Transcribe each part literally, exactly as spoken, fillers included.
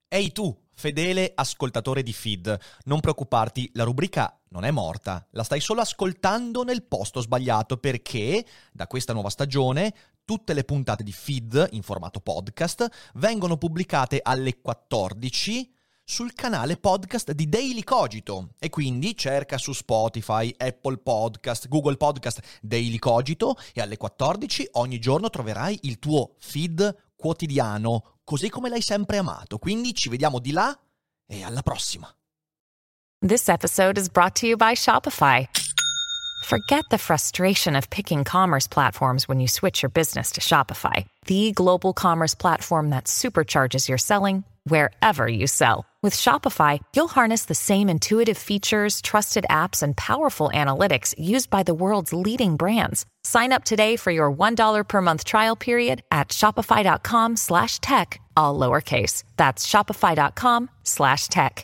Ehi tu, fedele ascoltatore di Feed, non preoccuparti, la rubrica non è morta, la stai solo ascoltando nel posto sbagliato perché da questa nuova stagione tutte le puntate di Feed in formato podcast vengono pubblicate alle quattordici sul canale podcast di Daily Cogito e quindi cerca su Spotify, Apple Podcast, Google Podcast Daily Cogito e alle quattordici ogni giorno troverai il tuo feed quotidiano, così come l'hai sempre amato. Quindi ci vediamo di là e alla prossima. This episode is brought to you by Shopify. Forget the frustration of picking commerce platforms when you switch your business to Shopify, the global commerce platform that supercharges your selling wherever you sell. With Shopify, you'll harness the same intuitive features, trusted apps, and powerful analytics used by the world's leading brands. Sign up today for your one dollar per month trial period at shopify.com slash tech, all lowercase. That's shopify.com slash tech.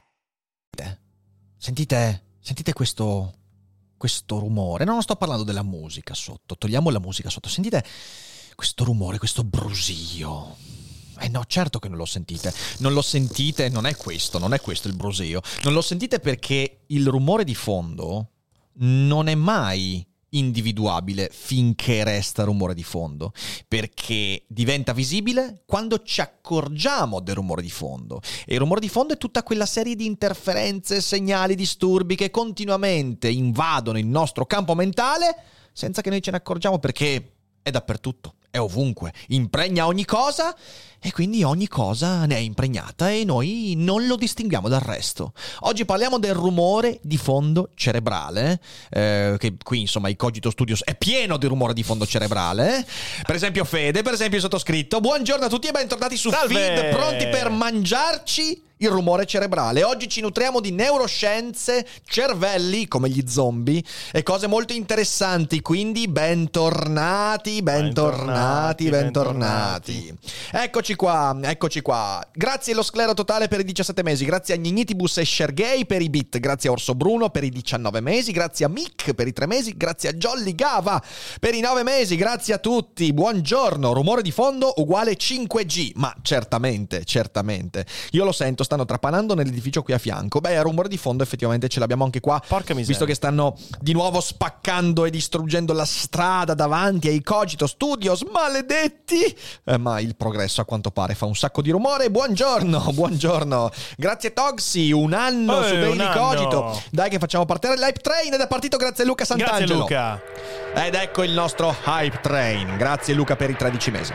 Sentite, sentite questo, questo rumore. No, non sto parlando della musica sotto, togliamo la musica sotto. Sentite questo rumore, questo brusio. Eh no, certo che non lo sentite. Non lo sentite, non è questo, non è questo il brusio. Non lo sentite perché il rumore di fondo non è mai individuabile finché resta rumore di fondo, perché diventa visibile quando ci accorgiamo del rumore di fondo. E il rumore di fondo è tutta quella serie di interferenze, segnali, disturbi che continuamente invadono il nostro campo mentale senza che noi ce ne accorgiamo, perché è dappertutto, è ovunque, impregna ogni cosa e quindi ogni cosa ne è impregnata e noi non lo distinguiamo dal resto. Oggi parliamo del rumore di fondo cerebrale, eh, che qui insomma i Cogito Studios è pieno di rumore di fondo cerebrale. Per esempio Fede, per esempio il sottoscritto. Buongiorno a tutti e bentornati su Salve! Feed, pronti per mangiarci il rumore cerebrale. Oggi ci nutriamo di neuroscienze, cervelli come gli zombie e cose molto interessanti, quindi bentornati, bentornati, bentornati. bentornati. Eccoci qua, eccoci qua. Grazie allo Sclero Totale per i diciassette mesi, grazie a Gnignitibus e Shergay per i bit, grazie a Orso Bruno per i diciannove mesi, grazie a Mick per i tre mesi, grazie a Jolly Gava per i nove mesi, grazie a tutti. Buongiorno, rumore di fondo uguale cinque G, ma certamente, certamente. Io lo sento, stanno trapanando nell'edificio qui a fianco. Beh, il rumore di fondo effettivamente ce l'abbiamo anche qua. Porca miseria. Visto che stanno di nuovo spaccando e distruggendo la strada davanti ai Cogito Studios, maledetti! Eh, ma il progresso a quanto pare fa un sacco di rumore. Buongiorno, buongiorno. Grazie Togsi, un anno Ehi, su Daily un Cogito. anno. Dai che facciamo partire l'Hype Train ed è partito grazie a Luca Sant'Angelo. Grazie Luca. Ed ecco il nostro Hype Train. Grazie Luca per i tredici mesi.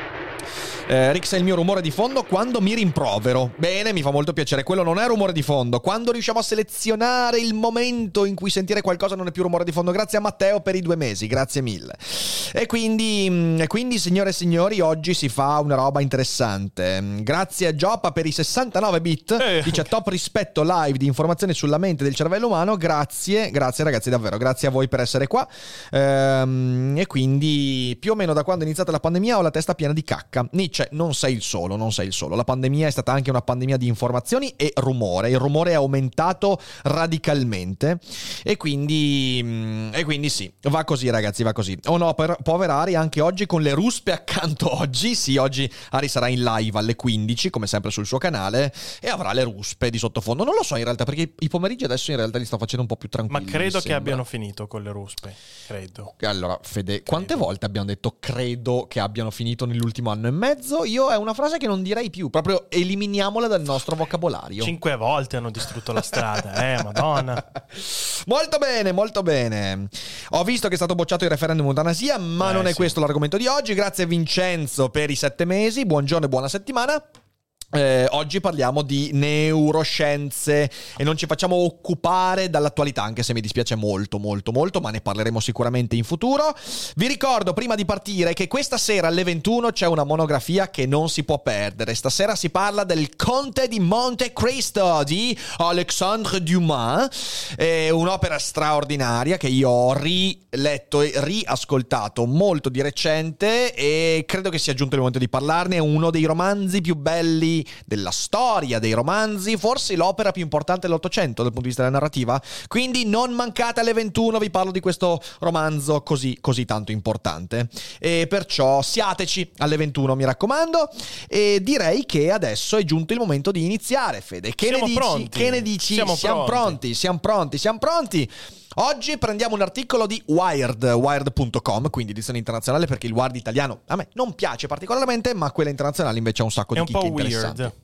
Eh, Rix è il mio rumore di fondo quando mi rimprovero. Bene, mi fa molto piacere. Quello non è rumore di fondo. Quando riusciamo a selezionare il momento in cui sentire qualcosa non è più rumore di fondo. Grazie a Matteo per i due mesi, grazie mille. E quindi, e quindi signore e signori, oggi si fa una roba interessante. Grazie a Gioppa per i sessantanove bit. eh. Dice top rispetto live di informazioni sulla mente del cervello umano. Grazie, grazie ragazzi davvero. Grazie a voi per essere qua. Ehm, e quindi più o meno da quando è iniziata la pandemia ho la testa piena di cacca. Cioè, non sei il solo, non sei il solo. La pandemia è stata anche una pandemia di informazioni e rumore. Il rumore è aumentato radicalmente e quindi e quindi sì, va così ragazzi, va così. Oh no, per, povera Ari anche oggi con le ruspe accanto oggi. Sì, oggi Ari sarà in live alle quindici, come sempre sul suo canale, e avrà le ruspe di sottofondo. Non lo so in realtà, perché i pomeriggi adesso in realtà li sto facendo un po' più tranquilli. Ma credo che sembra. abbiano finito con le ruspe. Credo. Allora, Fede, quante volte abbiamo detto credo che abbiano finito nell'ultimo anno e mezzo? Io è una frase che non direi più, proprio eliminiamola dal nostro vocabolario. Cinque volte hanno distrutto la strada, eh, madonna. Molto bene, molto bene. Ho visto che è stato bocciato il referendum eutanasia, ma Eh, non è sì. questo l'argomento di oggi. Grazie a Vincenzo per i sette mesi, buongiorno e buona settimana. Eh, oggi parliamo di neuroscienze e non ci facciamo occupare dall'attualità, anche se mi dispiace molto molto molto, ma ne parleremo sicuramente in futuro. Vi ricordo prima di partire che questa sera alle ventuno c'è una monografia che non si può perdere. Stasera si parla del Conte di Monte Cristo di Alexandre Dumas, è un'opera straordinaria che io ho riletto e riascoltato molto di recente e credo che sia giunto il momento di parlarne. È uno dei romanzi più belli fondamentali della storia dei romanzi, forse l'opera più importante dell'Ottocento dal punto di vista della narrativa. Quindi non mancate alle ventuno, vi parlo di questo romanzo così, così tanto importante. E perciò siateci alle ventuno, mi raccomando. E direi che adesso è giunto il momento di iniziare, Fede. Che Siamo ne dici? pronti. Che ne dici? Siamo, siamo pronti. pronti, siamo pronti, siamo pronti. Oggi prendiamo un articolo di Wired, wired punto com, quindi edizione internazionale, perché il Wired italiano a me non piace particolarmente, ma quella internazionale invece ha un sacco è di un chicche po' interessanti. weird.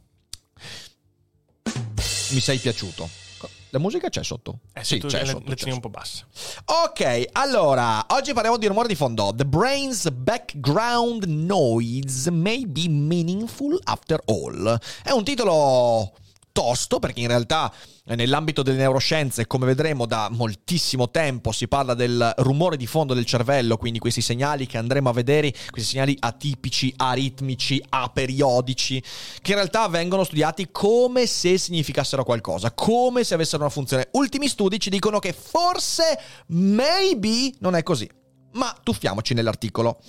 Mi sei piaciuto. La musica c'è sotto? Eh, sì, tu c'è le, sotto. le c'è tieni un sotto. po' bassa. Ok, allora, oggi parliamo di rumore di fondo. The brain's background noise may be meaningful after all. È un titolo tosto, perché in realtà nell'ambito delle neuroscienze, come vedremo da moltissimo tempo, si parla del rumore di fondo del cervello, quindi questi segnali che andremo a vedere, questi segnali atipici, aritmici, aperiodici, che in realtà vengono studiati come se significassero qualcosa, come se avessero una funzione. Ultimi studi ci dicono che forse, maybe, non è così. Ma tuffiamoci nell'articolo.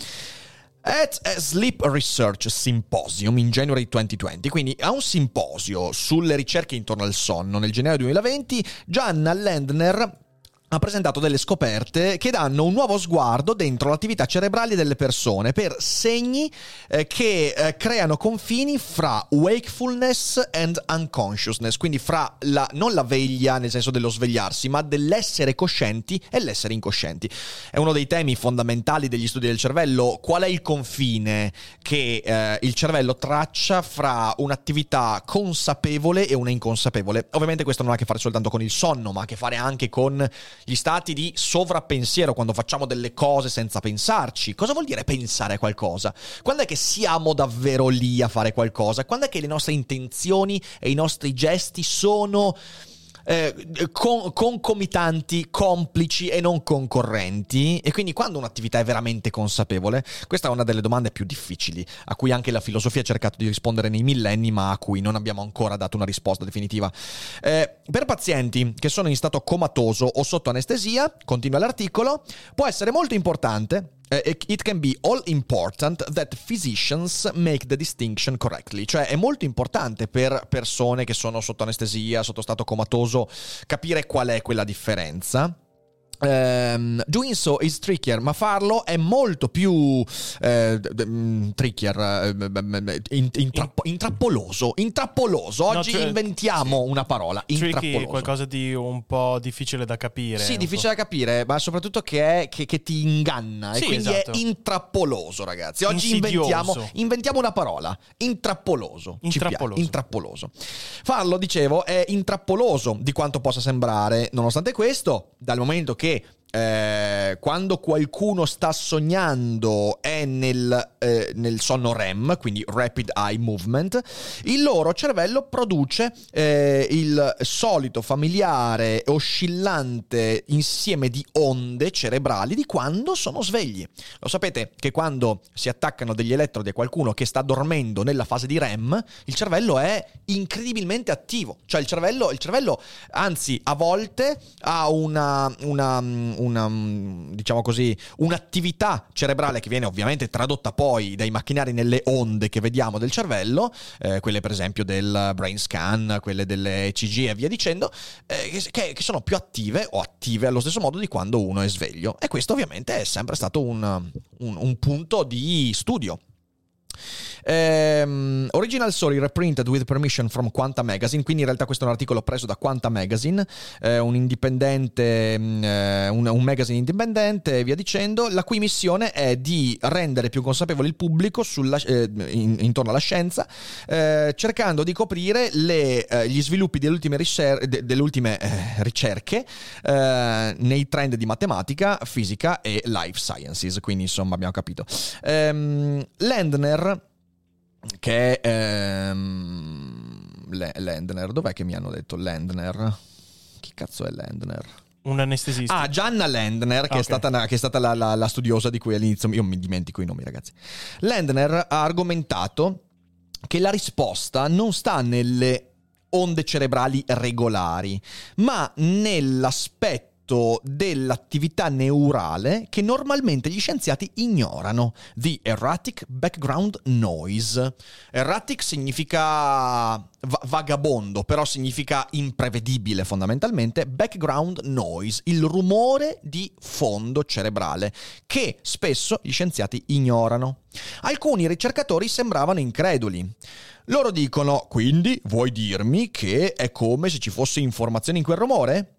At a Sleep Research Symposium in January duemilaventi, quindi a un simposio sulle ricerche intorno al sonno nel gennaio duemilaventi, Janna Lendner ha presentato delle scoperte che danno un nuovo sguardo dentro l'attività cerebrale delle persone per segni eh, che eh, creano confini fra wakefulness and unconsciousness, quindi fra la, non la veglia nel senso dello svegliarsi, ma dell'essere coscienti e l'essere incoscienti. È uno dei temi fondamentali degli studi del cervello. Qual è il confine che eh, il cervello traccia fra un'attività consapevole e una inconsapevole? Ovviamente questo non ha a che fare soltanto con il sonno, ma ha a che fare anche con gli stati di sovrappensiero, quando facciamo delle cose senza pensarci. Cosa vuol dire pensare a qualcosa? Quando è che siamo davvero lì a fare qualcosa? Quando è che le nostre intenzioni e i nostri gesti sono eh, con, concomitanti, complici e non concorrenti? E quindi quando un'attività è veramente consapevole? Questa è una delle domande più difficili, a cui anche la filosofia ha cercato di rispondere nei millenni, ma a cui non abbiamo ancora dato una risposta definitiva. Eh, per pazienti che sono in stato comatoso o sotto anestesia, continua l'articolo, può essere molto importante. It can be all important that physicians make the distinction correctly. Cioè è molto importante per persone che sono sotto anestesia, sotto stato comatoso, capire qual è quella differenza. Um, doing so is trickier, ma farlo è molto più eh, trickier, eh, intrapp- intrappoloso. Intrappoloso. Oggi no, cioè, inventiamo sì. una parola. Intrappoloso. Qualcosa di un po' difficile da capire. Sì, difficile da capire, ma soprattutto che, è, che, che ti inganna. Sì, e quindi esatto. È intrappoloso, ragazzi. Oggi inventiamo, inventiamo una parola. Intrappoloso. Intrappoloso. Intrappoloso. Farlo, dicevo, è intrappoloso di quanto possa sembrare. Nonostante questo, dal momento che Eh, quando qualcuno sta sognando è nel, eh, nel sonno R E M, quindi Rapid Eye Movement, il loro cervello produce eh, il solito familiare oscillante insieme di onde cerebrali di quando sono svegli. Lo sapete che quando si attaccano degli elettrodi a qualcuno che sta dormendo nella fase di R E M, il cervello è incredibilmente attivo. Cioè il cervello, il cervello anzi a volte ha una, una una, diciamo così, un'attività cerebrale che viene ovviamente tradotta poi dai macchinari nelle onde che vediamo del cervello, eh, quelle per esempio del brain scan, quelle delle E C G e via dicendo, eh, che, che sono più attive o attive allo stesso modo di quando uno è sveglio. E questo ovviamente è sempre stato un, un, un punto di studio. Um, original story reprinted with permission from Quanta Magazine, quindi in realtà questo è un articolo preso da Quanta Magazine, eh, un indipendente, eh, un, un magazine indipendente e via dicendo, la cui missione è di rendere più consapevole il pubblico sulla, eh, in, intorno alla scienza, eh, cercando di coprire le, eh, gli sviluppi delle ultime, ricer- de- delle ultime eh, ricerche eh, nei trend di matematica, fisica e life sciences, quindi insomma abbiamo capito. Um, Lendner, che ehm, Lendner, dov'è che mi hanno detto Lendner? Chi cazzo è Lendner? Un anestesista. Ah, Janna Lendner, che, okay. è stata, che è stata la, la, la studiosa di cui all'inizio io mi dimentico i nomi, ragazzi. Lendner ha argomentato che la risposta non sta nelle onde cerebrali regolari, ma nell'aspetto stato dell'attività neurale che normalmente gli scienziati ignorano, the erratic background noise. Erratic significa va- vagabondo, però significa imprevedibile fondamentalmente. Background noise, il rumore di fondo cerebrale, che spesso gli scienziati ignorano. Alcuni ricercatori sembravano increduli. Loro dicono: quindi vuoi dirmi che è come se ci fosse informazione in quel rumore?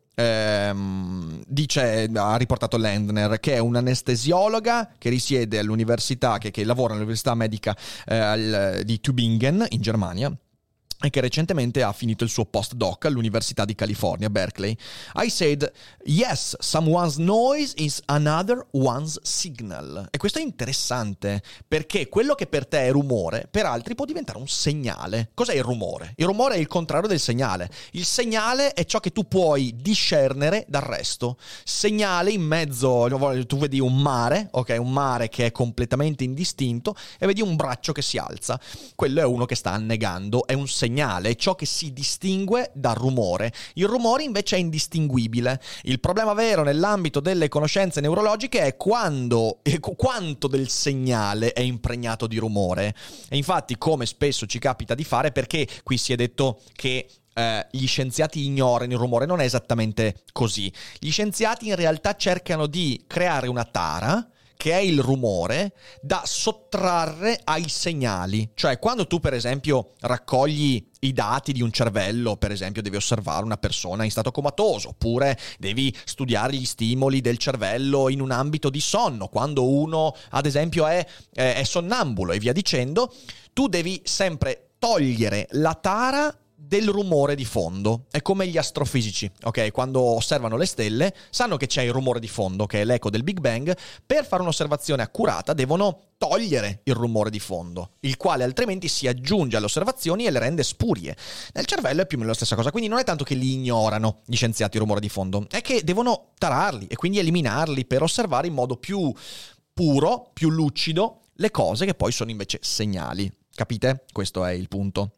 Ehm, dice, ha riportato Lendner, che è un'anestesiologa che risiede all'università, che, che lavora all'università medica eh, al, di Tübingen in Germania, e che recentemente ha finito il suo postdoc all'Università di California, Berkeley. I said, yes, someone's noise is another one's signal. E questo è interessante, perché quello che per te è rumore, per altri può diventare un segnale. Cos'è il rumore? Il rumore è il contrario del segnale. Il segnale è ciò che tu puoi discernere dal resto. Segnale in mezzo, tu vedi un mare, ok, un mare che è completamente indistinto, e vedi un braccio che si alza. Quello è uno che sta annegando, è un segnale. È ciò che si distingue dal rumore. Il rumore invece è indistinguibile. Il problema vero nell'ambito delle conoscenze neurologiche è quando eh, quanto del segnale è impregnato di rumore. E infatti, come spesso ci capita di fare, perché qui si è detto che Eh, gli scienziati ignorano il rumore, non è esattamente così. Gli scienziati in realtà cercano di creare una tara, che è il rumore, da sottrarre ai segnali. Cioè, quando tu per esempio raccogli i dati di un cervello, per esempio devi osservare una persona in stato comatoso, oppure devi studiare gli stimoli del cervello in un ambito di sonno, quando uno ad esempio è, è, è sonnambulo e via dicendo, tu devi sempre togliere la tara del rumore di fondo. È come gli astrofisici, ok? Quando osservano le stelle sanno che c'è il rumore di fondo, che è l'eco del Big Bang. Per fare un'osservazione accurata devono togliere il rumore di fondo, il quale altrimenti si aggiunge alle osservazioni e le rende spurie. Nel cervello è più o meno la stessa cosa, quindi non è tanto che li ignorano gli scienziati il rumore di fondo, è che devono tararli e quindi eliminarli per osservare in modo più puro, più lucido le cose che poi sono invece segnali. Capite? Questo è il punto.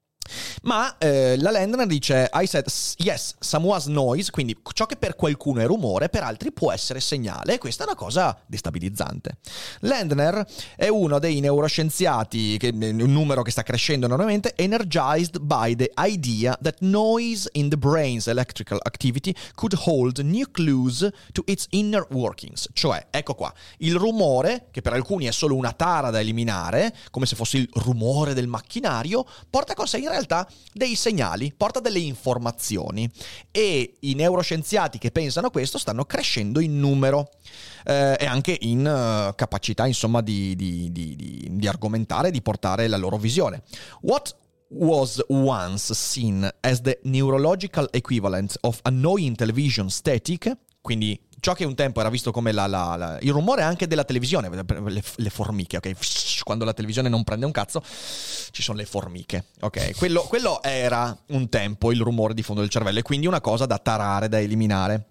Ma eh, la Lendner dice I said yes, someone's noise, quindi ciò che per qualcuno è rumore per altri può essere segnale, e questa è una cosa destabilizzante. Lendner è uno dei neuroscienziati, che, un numero che sta crescendo enormemente, energized by the idea that noise in the brain's electrical activity could hold new clues to its inner workings. Cioè, ecco qua, il rumore, che per alcuni è solo una tara da eliminare, come se fosse il rumore del macchinario, porta con sé in realtà dei segnali, porta delle informazioni, e i neuroscienziati che pensano a questo stanno crescendo in numero eh, e anche in uh, capacità, insomma, di, di, di, di, di argomentare, di portare la loro visione. What was once seen as the neurological equivalent of annoying television static, quindi ciò che un tempo era visto come la, la, la, il rumore anche della televisione, le, le formiche, ok? Quando la televisione non prende un cazzo, ci sono le formiche, ok? Quello, quello era un tempo il rumore di fondo del cervello, e quindi una cosa da tarare, da eliminare.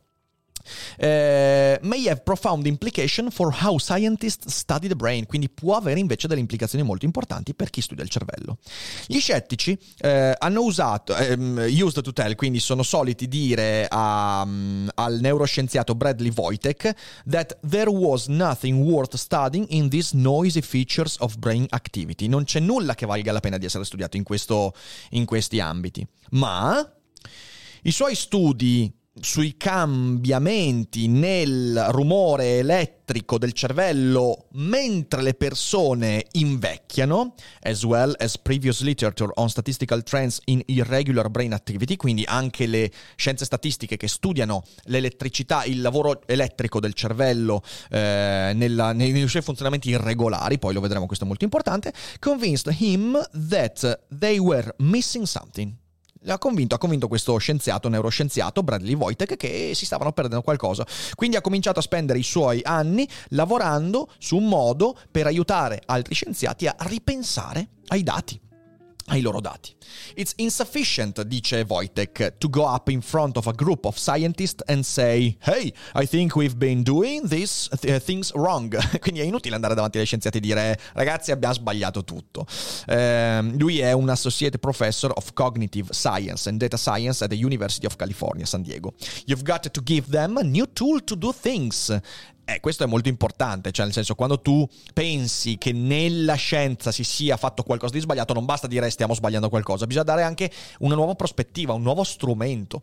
Uh, may have profound implication for how scientists study the brain, quindi può avere invece delle implicazioni molto importanti per chi studia il cervello. Gli scettici uh, hanno usato um, used to tell, quindi sono soliti dire a, um, al neuroscienziato Bradley Wojtek that there was nothing worth studying in these noisy features of brain activity. Non c'è nulla che valga la pena di essere studiato in questo, in questi ambiti. Ma i suoi studi sui cambiamenti nel rumore elettrico del cervello mentre le persone invecchiano, as well as previous literature on statistical trends in irregular brain activity, quindi anche le scienze statistiche che studiano l'elettricità, il lavoro elettrico del cervello eh, nella, nei, nei suoi funzionamenti irregolari, poi lo vedremo, questo è molto importante, convinced him that they were missing something. Ha convinto, ha convinto questo scienziato, neuroscienziato Bradley Wojtek, che si stavano perdendo qualcosa. Quindi ha cominciato a spendere i suoi anni lavorando su un modo per aiutare altri scienziati a ripensare ai dati. ai loro dati. It's insufficient, dice Wojtek, to go up in front of a group of scientists and say, hey, I think we've been doing these th- things wrong. Quindi è inutile andare davanti agli scienziati e dire, ragazzi, abbiamo sbagliato tutto. Eh, lui è un Associate Professor of Cognitive Science and Data Science at the University of California, San Diego. You've got to give them a new tool to do things. Eh, questo è molto importante, cioè nel senso, quando tu pensi che nella scienza si sia fatto qualcosa di sbagliato, non basta dire stiamo sbagliando qualcosa, bisogna dare anche una nuova prospettiva, un nuovo strumento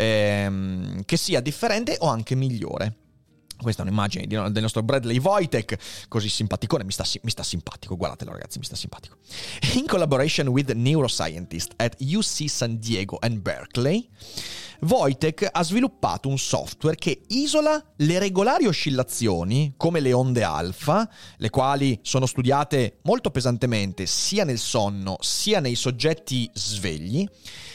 ehm, che sia differente o anche migliore. Questa è un'immagine di, del nostro Bradley Wojtek, così simpaticone, mi sta, mi sta simpatico, guardatelo ragazzi, mi sta simpatico. In collaboration with neuroscientists at U C San Diego and Berkeley, Wojtek ha sviluppato un software che isola le regolari oscillazioni, come le onde alfa, le quali sono studiate molto pesantemente sia nel sonno sia nei soggetti svegli,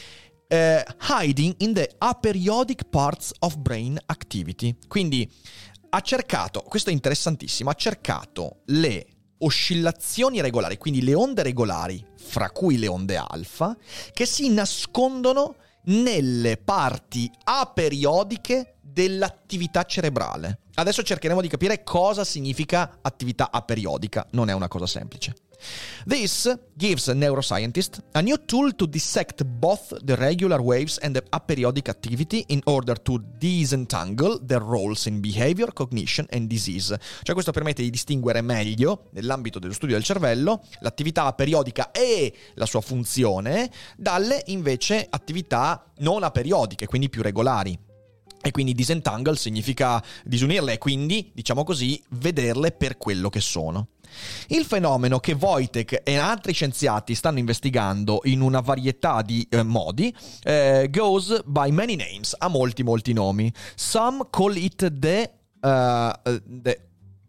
Uh, hiding in the aperiodic parts of brain activity. Quindi ha cercato, questo è interessantissimo, ha cercato le oscillazioni regolari, quindi le onde regolari, fra cui le onde alfa, che si nascondono nelle parti aperiodiche dell'attività cerebrale. Adesso cercheremo di capire cosa significa attività aperiodica, non è una cosa semplice. This gives a neuroscientist a new tool to dissect both the regular waves and the aperiodic activity in order to disentangle their roles in behavior, cognition and disease. Cioè questo permette di distinguere meglio, nell'ambito dello studio del cervello, l'attività aperiodica e la sua funzione dalle invece attività non aperiodiche, quindi più regolari. E quindi disentangle significa disunirle e quindi, diciamo così, vederle per quello che sono. Il fenomeno che Wojtek e altri scienziati stanno investigando in una varietà di eh, modi eh, goes by many names, ha molti molti nomi. Some call it the, uh, the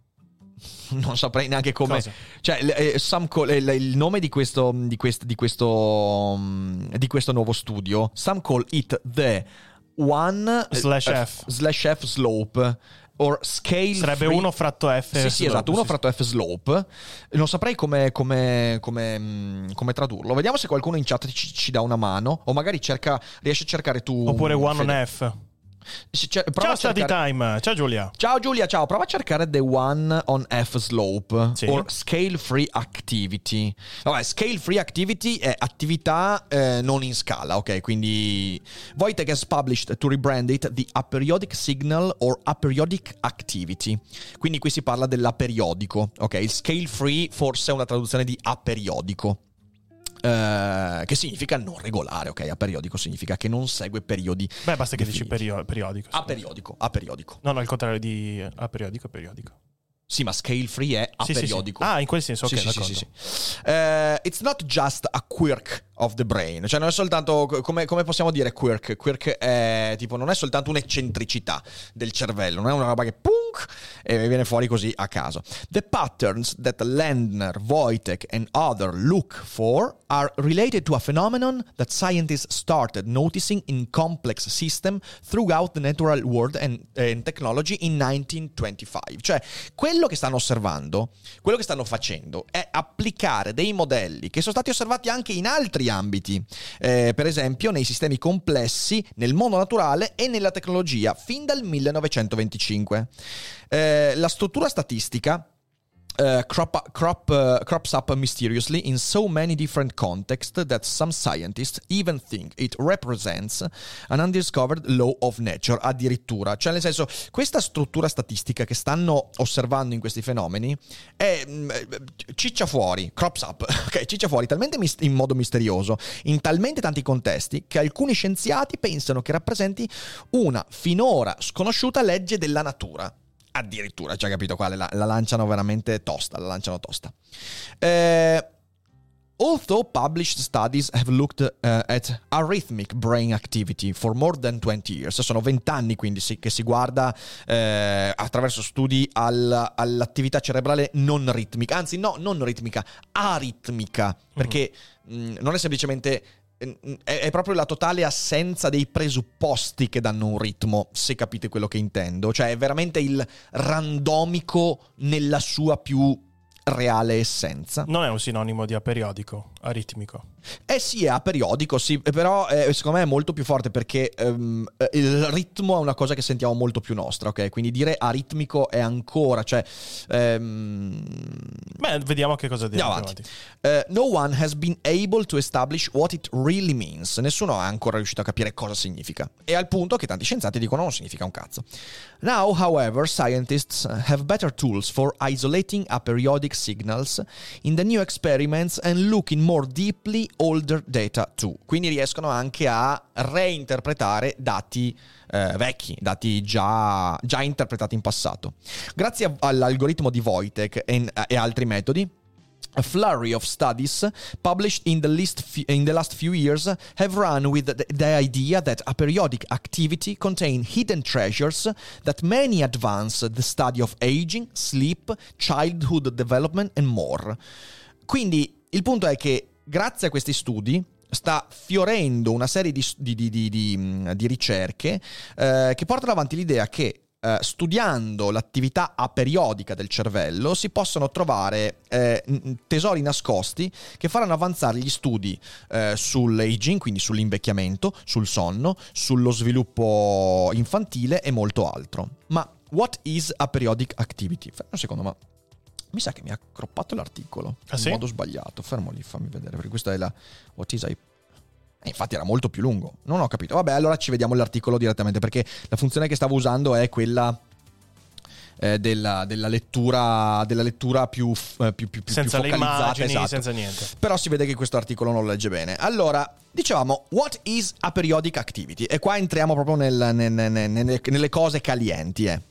non saprei neanche come. Cosa? Cioè, eh, some call, eh, il nome di questo di questo di questo um, di questo nuovo studio. Some call it the one slash uh, F slash F slope or scale sarebbe free. uno fratto F. Sì, sì, esatto, uno fratto F slope. Non saprei come, come, come, come tradurlo. Vediamo se qualcuno in chat ci, ci dà una mano. O magari cerca, riesci a cercare tu. Oppure one Fede. on F. Ciao ciao Study Time, ciao Giulia. Ciao Giulia, ciao. Prova a cercare the one on F slope, sì. or scale free activity. Vabbè, scale free activity è attività eh, non in scala, ok? Quindi Wojtek has published to rebrand it the aperiodic signal or aperiodic activity. Quindi qui si parla dell'aperiodico, ok? Il scale free forse è una traduzione di aperiodico. Uh, che significa non regolare, ok? Aperiodico significa che non segue periodi. Beh, basta che definiti. dici perio- periodico. Aperiodico, aperiodico. No, no, il contrario di aperiodico è periodico. Sì, ma scale free è aperiodico. Sì, sì, sì. Ah, in quel senso, ok, sì, d'accordo. Sì, sì, sì. Uh, it's not just a quirk of the brain. Cioè non è soltanto, come, come possiamo dire quirk? Quirk è tipo, non è soltanto un'eccentricità del cervello, non è una roba che punk e viene fuori così a caso. The patterns that Landner, Wojtek and others look for are related to a phenomenon that scientists started noticing in complex systems throughout the natural world and, and technology in nineteen twenty-five. Cioè, quello che stanno osservando, quello che stanno facendo è applicare dei modelli che sono stati osservati anche in altri ambiti, eh, per esempio nei sistemi complessi, nel mondo naturale e nella tecnologia, fin dal millenovecentoventicinque. Eh, la struttura statistica Uh, crop, crop, uh, crops up mysteriously in so many different contexts that some scientists even think it represents an undiscovered law of nature. Addirittura, cioè nel senso, questa struttura statistica che stanno osservando in questi fenomeni è mm, ciccia fuori, crops up, ok, ciccia fuori talmente mis- in modo misterioso, in talmente tanti contesti, che alcuni scienziati pensano che rappresenti una finora sconosciuta legge della natura. Addirittura, cioè capito quale la, la lanciano veramente tosta, la lanciano tosta. Eh, although published studies have looked uh, at arrhythmic brain activity for more than twenty years, sono vent'anni quindi sì, che si guarda eh, attraverso studi al, all'attività cerebrale non ritmica, anzi no, non ritmica, aritmica, perché mm. mh, non è semplicemente... è proprio la totale assenza dei presupposti che danno un ritmo, se capite quello che intendo. Cioè è veramente il randomico nella sua più reale essenza. Non è un sinonimo di aperiodico. Aritmico. Eh sì, è a periodico, sì, però eh, secondo me è molto più forte perché ehm, il ritmo è una cosa che sentiamo molto più nostra, ok? Quindi dire aritmico è ancora, cioè... Ehm... Beh, vediamo che cosa dire. Andiamo avanti. Uh, no one has been able to establish what it really means. Nessuno è ancora riuscito a capire cosa significa. E al punto che tanti scienziati dicono non significa un cazzo. Now, however, scientists have better tools for isolating aperiodic signals in the new experiments and looking more deeply older data too. Quindi riescono anche a reinterpretare dati eh, vecchi, dati già, già interpretati in passato. Grazie a, all'algoritmo di Wojtek e, e altri metodi, a flurry of studies published in the, list f- in the last few years have run with the, the idea that aperiodic activity contain hidden treasures that many advance the study of aging, sleep, childhood development and more. Quindi il punto è che grazie a questi studi sta fiorendo una serie di, di, di, di, di, di ricerche eh, che portano avanti l'idea che Uh, studiando l'attività aperiodica del cervello si possono trovare eh, tesori nascosti che faranno avanzare gli studi eh, sull'aging, quindi sull'invecchiamento, sul sonno, sullo sviluppo infantile e molto altro. Ma what is aperiodic activity? Un secondo, ma mi sa che mi ha croppato l'articolo ah, in sì? modo sbagliato. Fermo lì, fammi vedere, perché questa è la what is aperiodic. Eh, infatti era molto più lungo, non ho capito. Vabbè, allora ci vediamo l'articolo direttamente, perché la funzione che stavo usando è quella eh, della, della lettura della lettura più, eh, più, più, più senza più le focalizzata, immagini, esatto. Senza niente. Però si vede che questo articolo non lo legge bene. Allora, dicevamo, what is aperiodic activity? E qua entriamo proprio nel, nel, nel, nelle, nelle cose calienti, eh.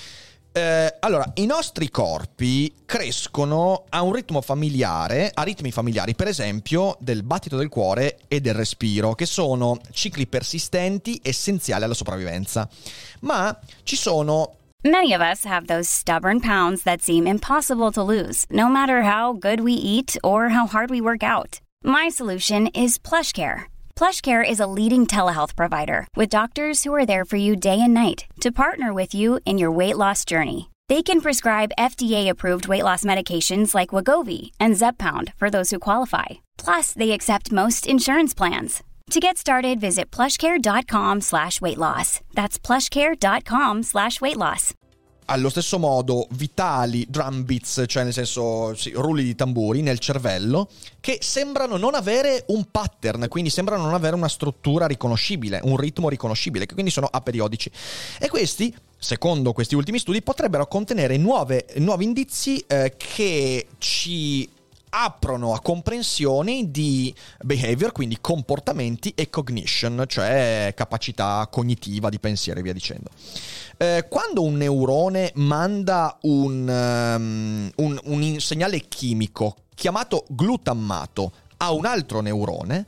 Eh, allora, i nostri corpi crescono a un ritmo familiare, a ritmi familiari, per esempio, del battito del cuore e del respiro, che sono cicli persistenti essenziali alla sopravvivenza. Ma ci sono... Many of us have those stubborn pounds that seem impossible to lose, no matter how good we eat or how hard we work out. My solution is PlushCare. PlushCare is a leading telehealth provider with doctors who are there for you day and night to partner with you in your weight loss journey. They can prescribe F D A-approved weight loss medications like Wegovy and Zepbound for those who qualify. Plus, they accept most insurance plans. To get started, visit plushcare.com slash weight loss. That's plushcare.com slash weight loss. Allo stesso modo, vitali drum beats, cioè nel senso sì, rulli di tamburi nel cervello, che sembrano non avere un pattern, quindi sembrano non avere una struttura riconoscibile, un ritmo riconoscibile, che quindi sono aperiodici. E questi, secondo questi ultimi studi, potrebbero contenere nuove, nuovi indizi eh, che ci aprono a comprensioni di behavior, quindi comportamenti, e cognition, cioè capacità cognitiva di pensiero e via dicendo. Eh, quando un neurone manda un, um, un, un segnale chimico chiamato glutammato a un altro neurone,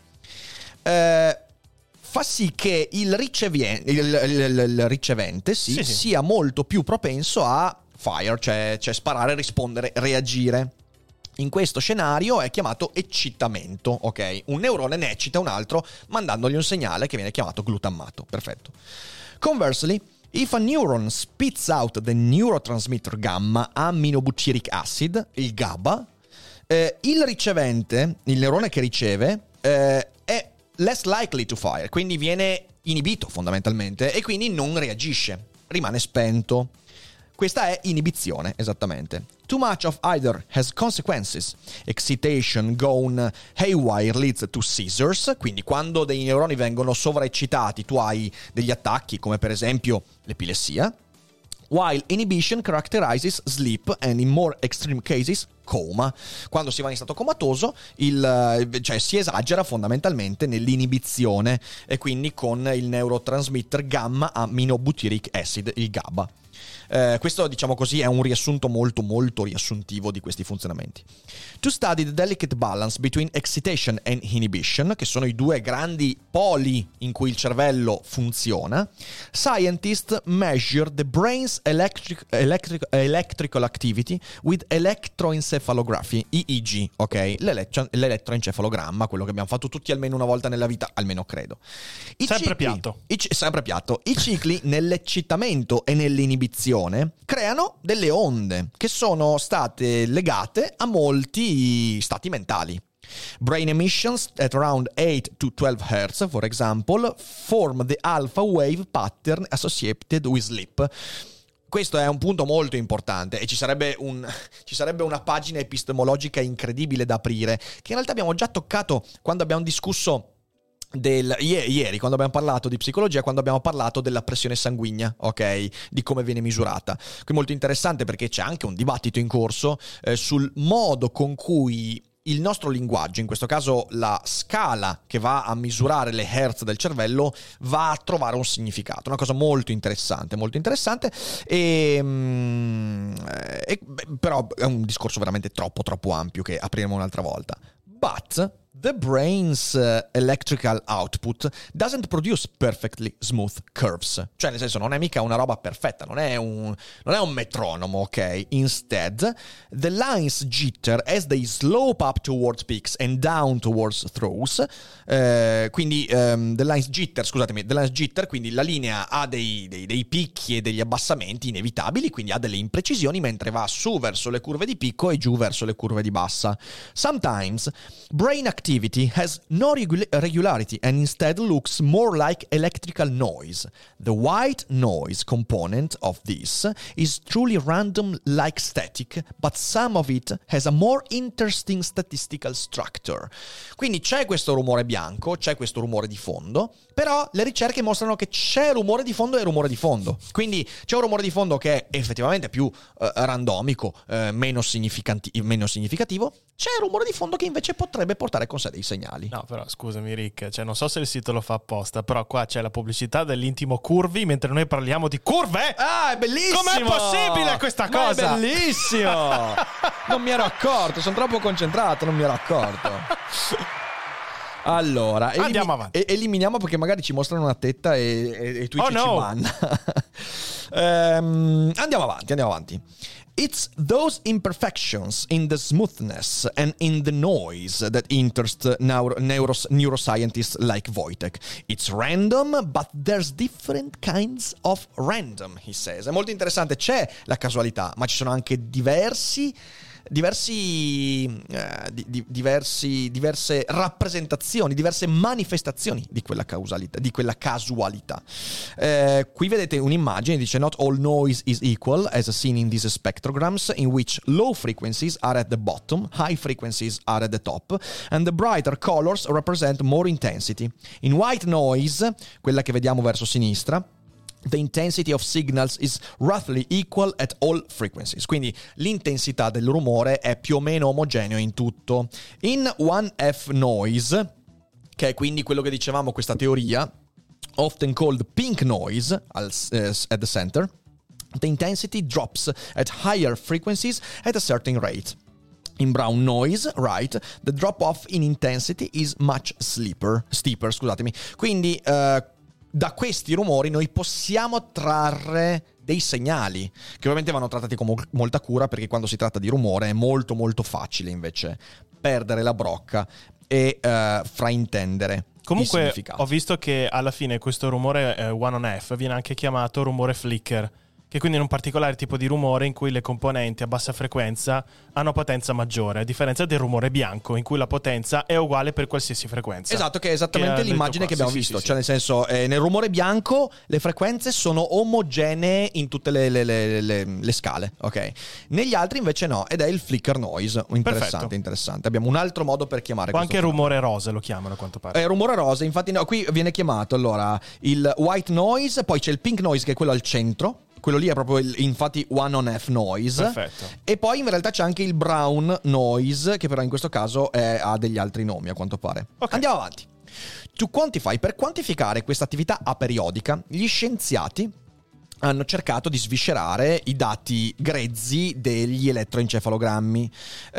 eh, fa sì che il, ricevien- il, il, il ricevente sì, sì, sì. sia molto più propenso a fire, cioè, cioè sparare, rispondere, reagire. In questo scenario è chiamato eccitamento, ok? Un neurone ne eccita un altro mandandogli un segnale che viene chiamato glutammato. Perfetto. Conversely, if a neuron spits out the neurotransmitter gamma aminobutyric acid, il GABA, eh, il ricevente, il neurone che riceve, eh, è less likely to fire, quindi viene inibito fondamentalmente e quindi non reagisce, rimane spento. Questa è inibizione, esattamente. Too much of either has consequences. Excitation gone haywire leads to seizures, quindi quando dei neuroni vengono sovraeccitati tu hai degli attacchi, come per esempio l'epilessia. While inhibition characterizes sleep and in more extreme cases coma. Quando si va in stato comatoso, il, cioè si esagera fondamentalmente nell'inibizione e quindi con il neurotransmitter gamma aminobutyric acid, il GABA. Eh, questo, diciamo così, è un riassunto molto molto riassuntivo di questi funzionamenti. To study the delicate balance between excitation and inhibition, che sono i due grandi poli in cui il cervello funziona, scientists measure the brain's electric, electric, electrical activity with electroencephalography, E E G, ok? L'elettro, l'elettroencefalogramma, quello che abbiamo fatto tutti almeno una volta nella vita, almeno credo. I sempre cicli, piatto. I, sempre piatto. I cicli nell'eccitamento e nell'inibizione creano delle onde che sono state legate a molti stati mentali. Brain emissions at around eight to twelve hertz, for example, form the alpha wave pattern associated with sleep. Questo è un punto molto importante e ci sarebbe, un, ci sarebbe una pagina epistemologica incredibile da aprire, che in realtà abbiamo già toccato quando abbiamo discusso Del, ieri quando abbiamo parlato di psicologia, quando abbiamo parlato della pressione sanguigna, ok, di come viene misurata. Qui molto interessante perché c'è anche un dibattito in corso eh, sul modo con cui il nostro linguaggio, in questo caso la scala che va a misurare le hertz del cervello, va a trovare un significato, una cosa molto interessante, molto interessante e, e però è un discorso veramente troppo troppo ampio che apriremo un'altra volta. But the brain's uh, electrical output doesn't produce perfectly smooth curves. Cioè, nel senso, non è mica una roba perfetta, non è un, non è un metronomo, ok? Instead, the lines jitter as they slope up towards peaks and down towards throws. Uh, quindi, um, the lines jitter, scusatemi, the lines jitter, quindi la linea ha dei, dei, dei picchi e degli abbassamenti inevitabili, quindi ha delle imprecisioni, mentre va su verso le curve di picco e giù verso le curve di bassa. Sometimes, brain activity Activity has no regu- regularity and instead looks more like electrical noise. The white noise component of this is truly random like static, but some of it has a more interesting statistical structure. Quindi c'è questo rumore bianco, c'è questo rumore di fondo, però le ricerche mostrano che c'è rumore di fondo e rumore di fondo. Quindi c'è un rumore di fondo che è effettivamente più eh, randomico, eh, meno, significati- meno significativo. C'è un rumore di fondo che invece potrebbe portare con sé dei segnali. No, però scusami Rick, cioè non so se il sito lo fa apposta, però qua c'è la pubblicità dell'intimo Curvi mentre noi parliamo di curve. Ah, è bellissimo! Com'è possibile questa Ma cosa? è bellissimo! Non mi ero accorto, sono troppo concentrato, non mi ero accorto. Allora, andiamo elimi- avanti. Eliminiamo perché magari ci mostrano una tetta e, e, e Twitch Oh, no. ci banna. um, andiamo avanti, andiamo avanti. It's those imperfections in the smoothness and in the noise that interest neuro- neuros- neuroscientists like Wojtek. It's random, but there's different kinds of random, he says. È molto interessante, c'è la casualità, ma ci sono anche diversi diversi, eh, di, di, diversi diverse rappresentazioni, diverse manifestazioni di quella causalità, di quella casualità. Eh, qui vedete un'immagine, dice not all noise is equal as seen in these spectrograms in which low frequencies are at the bottom, high frequencies are at the top and the brighter colors represent more intensity. In white noise, quella che vediamo verso sinistra, the intensity of signals is roughly equal at all frequencies. Quindi l'intensità del rumore è più o meno omogeneo in tutto. In one F noise, che è quindi quello che dicevamo, questa teoria, often called pink noise al, uh, at the center, the intensity drops at higher frequencies at a certain rate. In brown noise, right, the drop-off in intensity is much steeper, steeper, scusatemi. Quindi uh, da questi rumori noi possiamo trarre dei segnali che ovviamente vanno trattati con molta cura, perché quando si tratta di rumore è molto molto facile invece perdere la brocca e uh, fraintendere. Comunque ho visto che alla fine questo rumore eh, one on F viene anche chiamato rumore flicker, che quindi è un particolare tipo di rumore in cui le componenti a bassa frequenza hanno potenza maggiore, a differenza del rumore bianco in cui la potenza è uguale per qualsiasi frequenza. Esatto, che è esattamente che l'immagine che abbiamo sì, visto, sì, cioè sì. Nel senso eh, nel rumore bianco le frequenze sono omogenee in tutte le, le, le, le, le scale, ok? Negli altri invece no, ed è il flicker noise, interessante, Perfetto. interessante. Abbiamo un altro modo per chiamare o questo anche fenomeno. Rumore rosa lo chiamano a quanto pare. Eh, rumore rosa, infatti no, qui viene chiamato allora il white noise, poi c'è il pink noise che è quello al centro. Quello lì è proprio il, infatti one on F noise. Perfetto. E poi in realtà c'è anche il brown noise, che però in questo caso è, ha degli altri nomi a quanto pare. Okay. Andiamo avanti. To quantify, per quantificare questa attività aperiodica, gli scienziati hanno cercato di sviscerare i dati grezzi degli elettroencefalogrammi.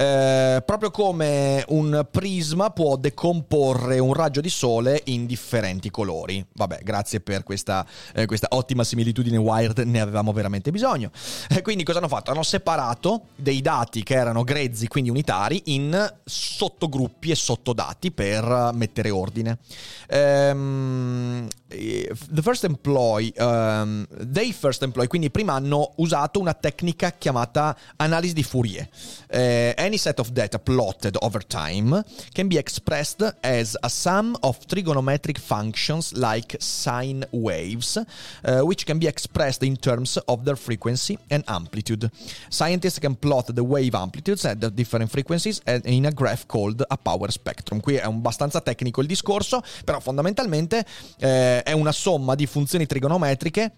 Eh, proprio come un prisma può decomporre un raggio di sole in differenti colori. Vabbè, grazie per questa, eh, questa ottima similitudine Wired, ne avevamo veramente bisogno. Eh, quindi cosa hanno fatto? Hanno separato dei dati che erano grezzi, quindi unitari, in sottogruppi e sottodati per mettere ordine. Ehm, the first employ, um, they first employ, quindi prima hanno usato una tecnica chiamata analisi di Fourier. Uh, any set of data plotted over time can be expressed as a sum of trigonometric functions like sine waves, uh, which can be expressed in terms of their frequency and amplitude. Scientists can plot the wave amplitudes at the different frequencies in a graph called a power spectrum. Qui è abbastanza tecnico il discorso, però fondamentalmente eh, è una somma di funzioni trigonometriche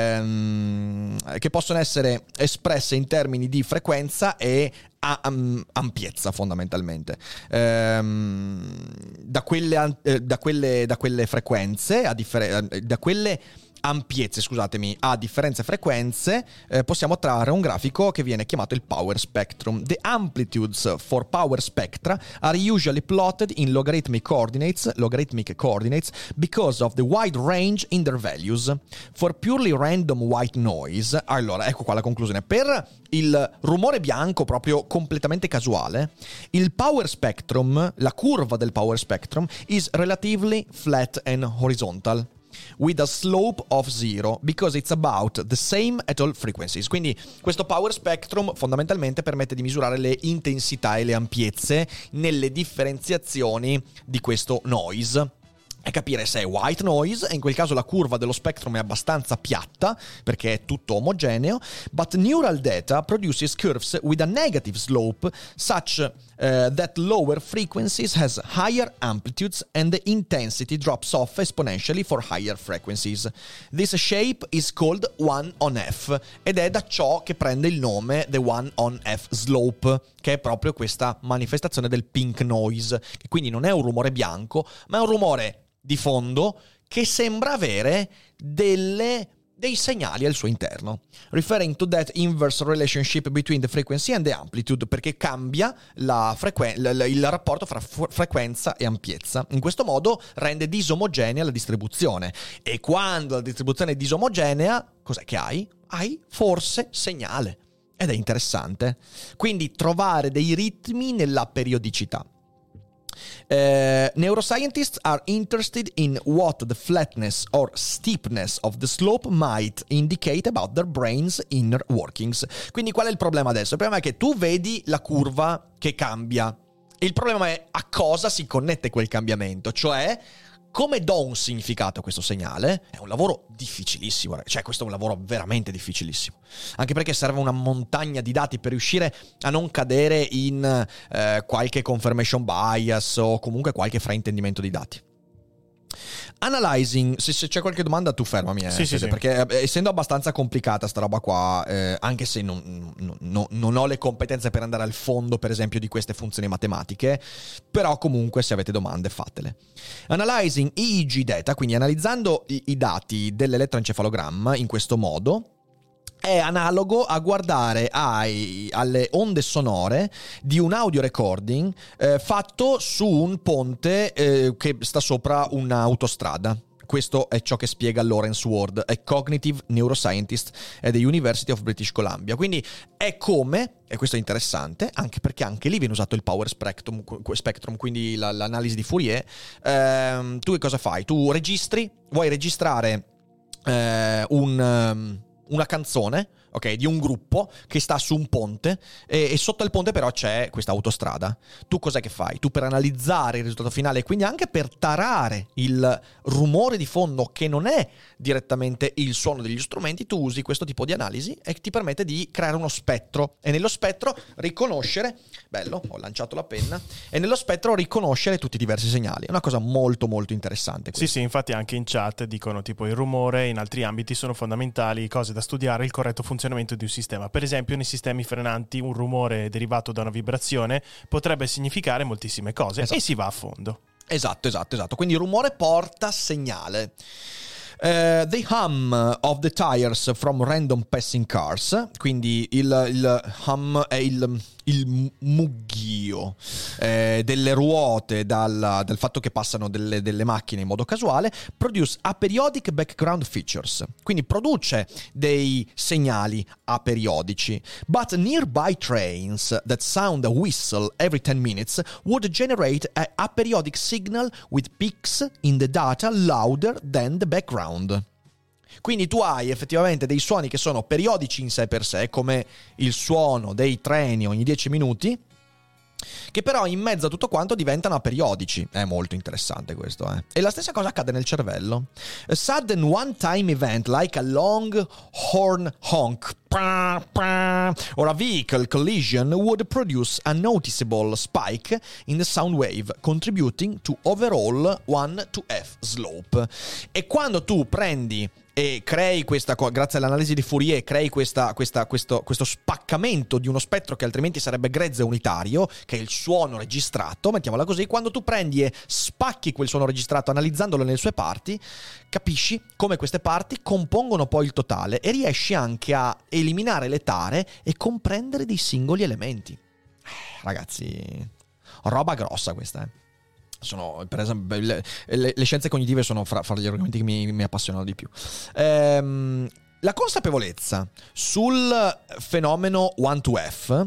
ehm, che possono essere espresse in termini di frequenza e a, um, ampiezza, fondamentalmente. Ehm, da, quelle, eh, da, quelle, da quelle frequenze, a differ- da quelle ampiezze, scusatemi, a differenze frequenze, eh, possiamo trarre un grafico che viene chiamato il power spectrum. The amplitudes for power spectra are usually plotted in logarithmic coordinates, logarithmic coordinates because of the wide range in their values. For purely random white noise, allora, ecco qua la conclusione. Per il rumore bianco proprio completamente casuale, il power spectrum, la curva del power spectrum is relatively flat and horizontal, with a slope of zero, because it's about the same at all frequencies. Quindi questo power spectrum fondamentalmente permette di misurare le intensità e le ampiezze nelle differenziazioni di questo noise e capire se è white noise, e in quel caso la curva dello spectrum è abbastanza piatta perché è tutto omogeneo, but neural data produces curves with a negative slope such uh, that lower frequencies has higher amplitudes and the intensity drops off exponentially for higher frequencies. This shape is called one on F ed è da ciò che prende il nome the one on F slope, che è proprio questa manifestazione del pink noise, che quindi non è un rumore bianco, ma è un rumore di fondo che sembra avere delle, dei segnali al suo interno, referring to that inverse relationship between the frequency and the amplitude, perché cambia la frequen- l- il rapporto fra f- frequenza e ampiezza. In questo modo rende disomogenea la distribuzione, e quando la distribuzione è disomogenea, cos'è che hai? Hai forse segnale, ed è interessante. Quindi trovare dei ritmi nella periodicità. Uh, neuroscientists are interested in what the flatness or steepness of the slope might indicate about their brain's inner workings. Quindi qual è il problema adesso? Il problema è che tu vedi la curva che cambia. Il problema è a cosa si connette quel cambiamento, cioè come do un significato a questo segnale. È un lavoro difficilissimo, cioè questo è un lavoro veramente difficilissimo, anche perché serve una montagna di dati per riuscire a non cadere in eh, qualche confirmation bias o comunque qualche fraintendimento di dati. Analyzing, se, se c'è qualche domanda tu fermami, eh, sì, sì, sì. perché eh, essendo abbastanza complicata sta roba qua, eh, anche se non, non, non ho le competenze per andare al fondo per esempio di queste funzioni matematiche, però comunque se avete domande fatele. Analyzing E E G data, quindi analizzando i, i dati dell'elettroencefalogramma in questo modo, è analogo a guardare ai, alle onde sonore di un audio recording eh, fatto su un ponte eh, che sta sopra un'autostrada. Questo è ciò che spiega Lawrence Ward, a cognitive neuroscientist at the University of British Columbia. Quindi è come, e questo è interessante, anche perché anche lì viene usato il power spectrum, spectrum quindi la, l'analisi di Fourier. Ehm, tu che cosa fai? Tu registri, vuoi registrare eh, un... Um, una canzone, ok, di un gruppo che sta su un ponte e, e sotto il ponte però c'è questa autostrada. Tu cos'è che fai? Tu per analizzare il risultato finale e quindi anche per tarare il rumore di fondo che non è direttamente il suono degli strumenti, tu usi questo tipo di analisi e ti permette di creare uno spettro e nello spettro riconoscere, bello, ho lanciato la penna, e nello spettro riconoscere tutti i diversi segnali. È una cosa molto molto interessante questa. Sì, sì, infatti anche in chat dicono tipo il rumore in altri ambiti sono fondamentali, cose da studiare, il corretto funzionamento di un sistema. Per esempio nei sistemi frenanti un rumore derivato da una vibrazione potrebbe significare moltissime cose, esatto. E si va a fondo. Esatto, esatto, esatto. Quindi il rumore porta segnale. Uh, the hum of the tires from random passing cars, quindi il, il hum è il, il mughio eh, delle ruote dal, dal fatto che passano delle, delle macchine in modo casuale, produce aperiodic background features, quindi produce dei segnali aperiodici. But nearby trains that sound a whistle every ten minutes would generate a aperiodic signal with peaks in the data louder than the background. Quindi tu hai effettivamente dei suoni che sono periodici in sé per sé, come il suono dei treni ogni dieci minuti, che però in mezzo a tutto quanto diventano aperiodici. È molto interessante questo, eh. E la stessa cosa accade nel cervello. A sudden one-time event like a long horn honk or a vehicle collision would produce a noticeable spike in the sound wave, contributing to overall one to F slope. E quando tu prendi e crei questa, grazie all'analisi di Fourier, crei questa, questa, questo, questo spaccamento di uno spettro che altrimenti sarebbe grezzo e unitario, che è il suono registrato, mettiamola così, quando tu prendi e spacchi quel suono registrato analizzandolo nelle sue parti, capisci come queste parti compongono poi il totale e riesci anche a eliminare le tare e comprendere dei singoli elementi. Eh, ragazzi, roba grossa questa, eh. Sono, per esempio, le, le, le scienze cognitive sono fra, fra gli argomenti che mi, mi appassionano di più. Ehm, la consapevolezza sul fenomeno one to F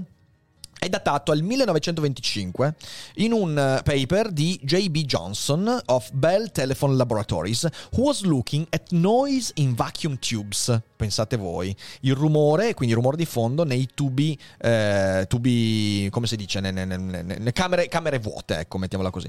è datato al millenovecentoventicinque in un paper di J B Johnson of Bell Telephone Laboratories, who was looking at noise in vacuum tubes. Pensate voi, il rumore, quindi il rumore di fondo nei tubi, eh, tubi, come si dice, nelle, nelle, nelle camere, camere vuote, ecco, mettiamola così.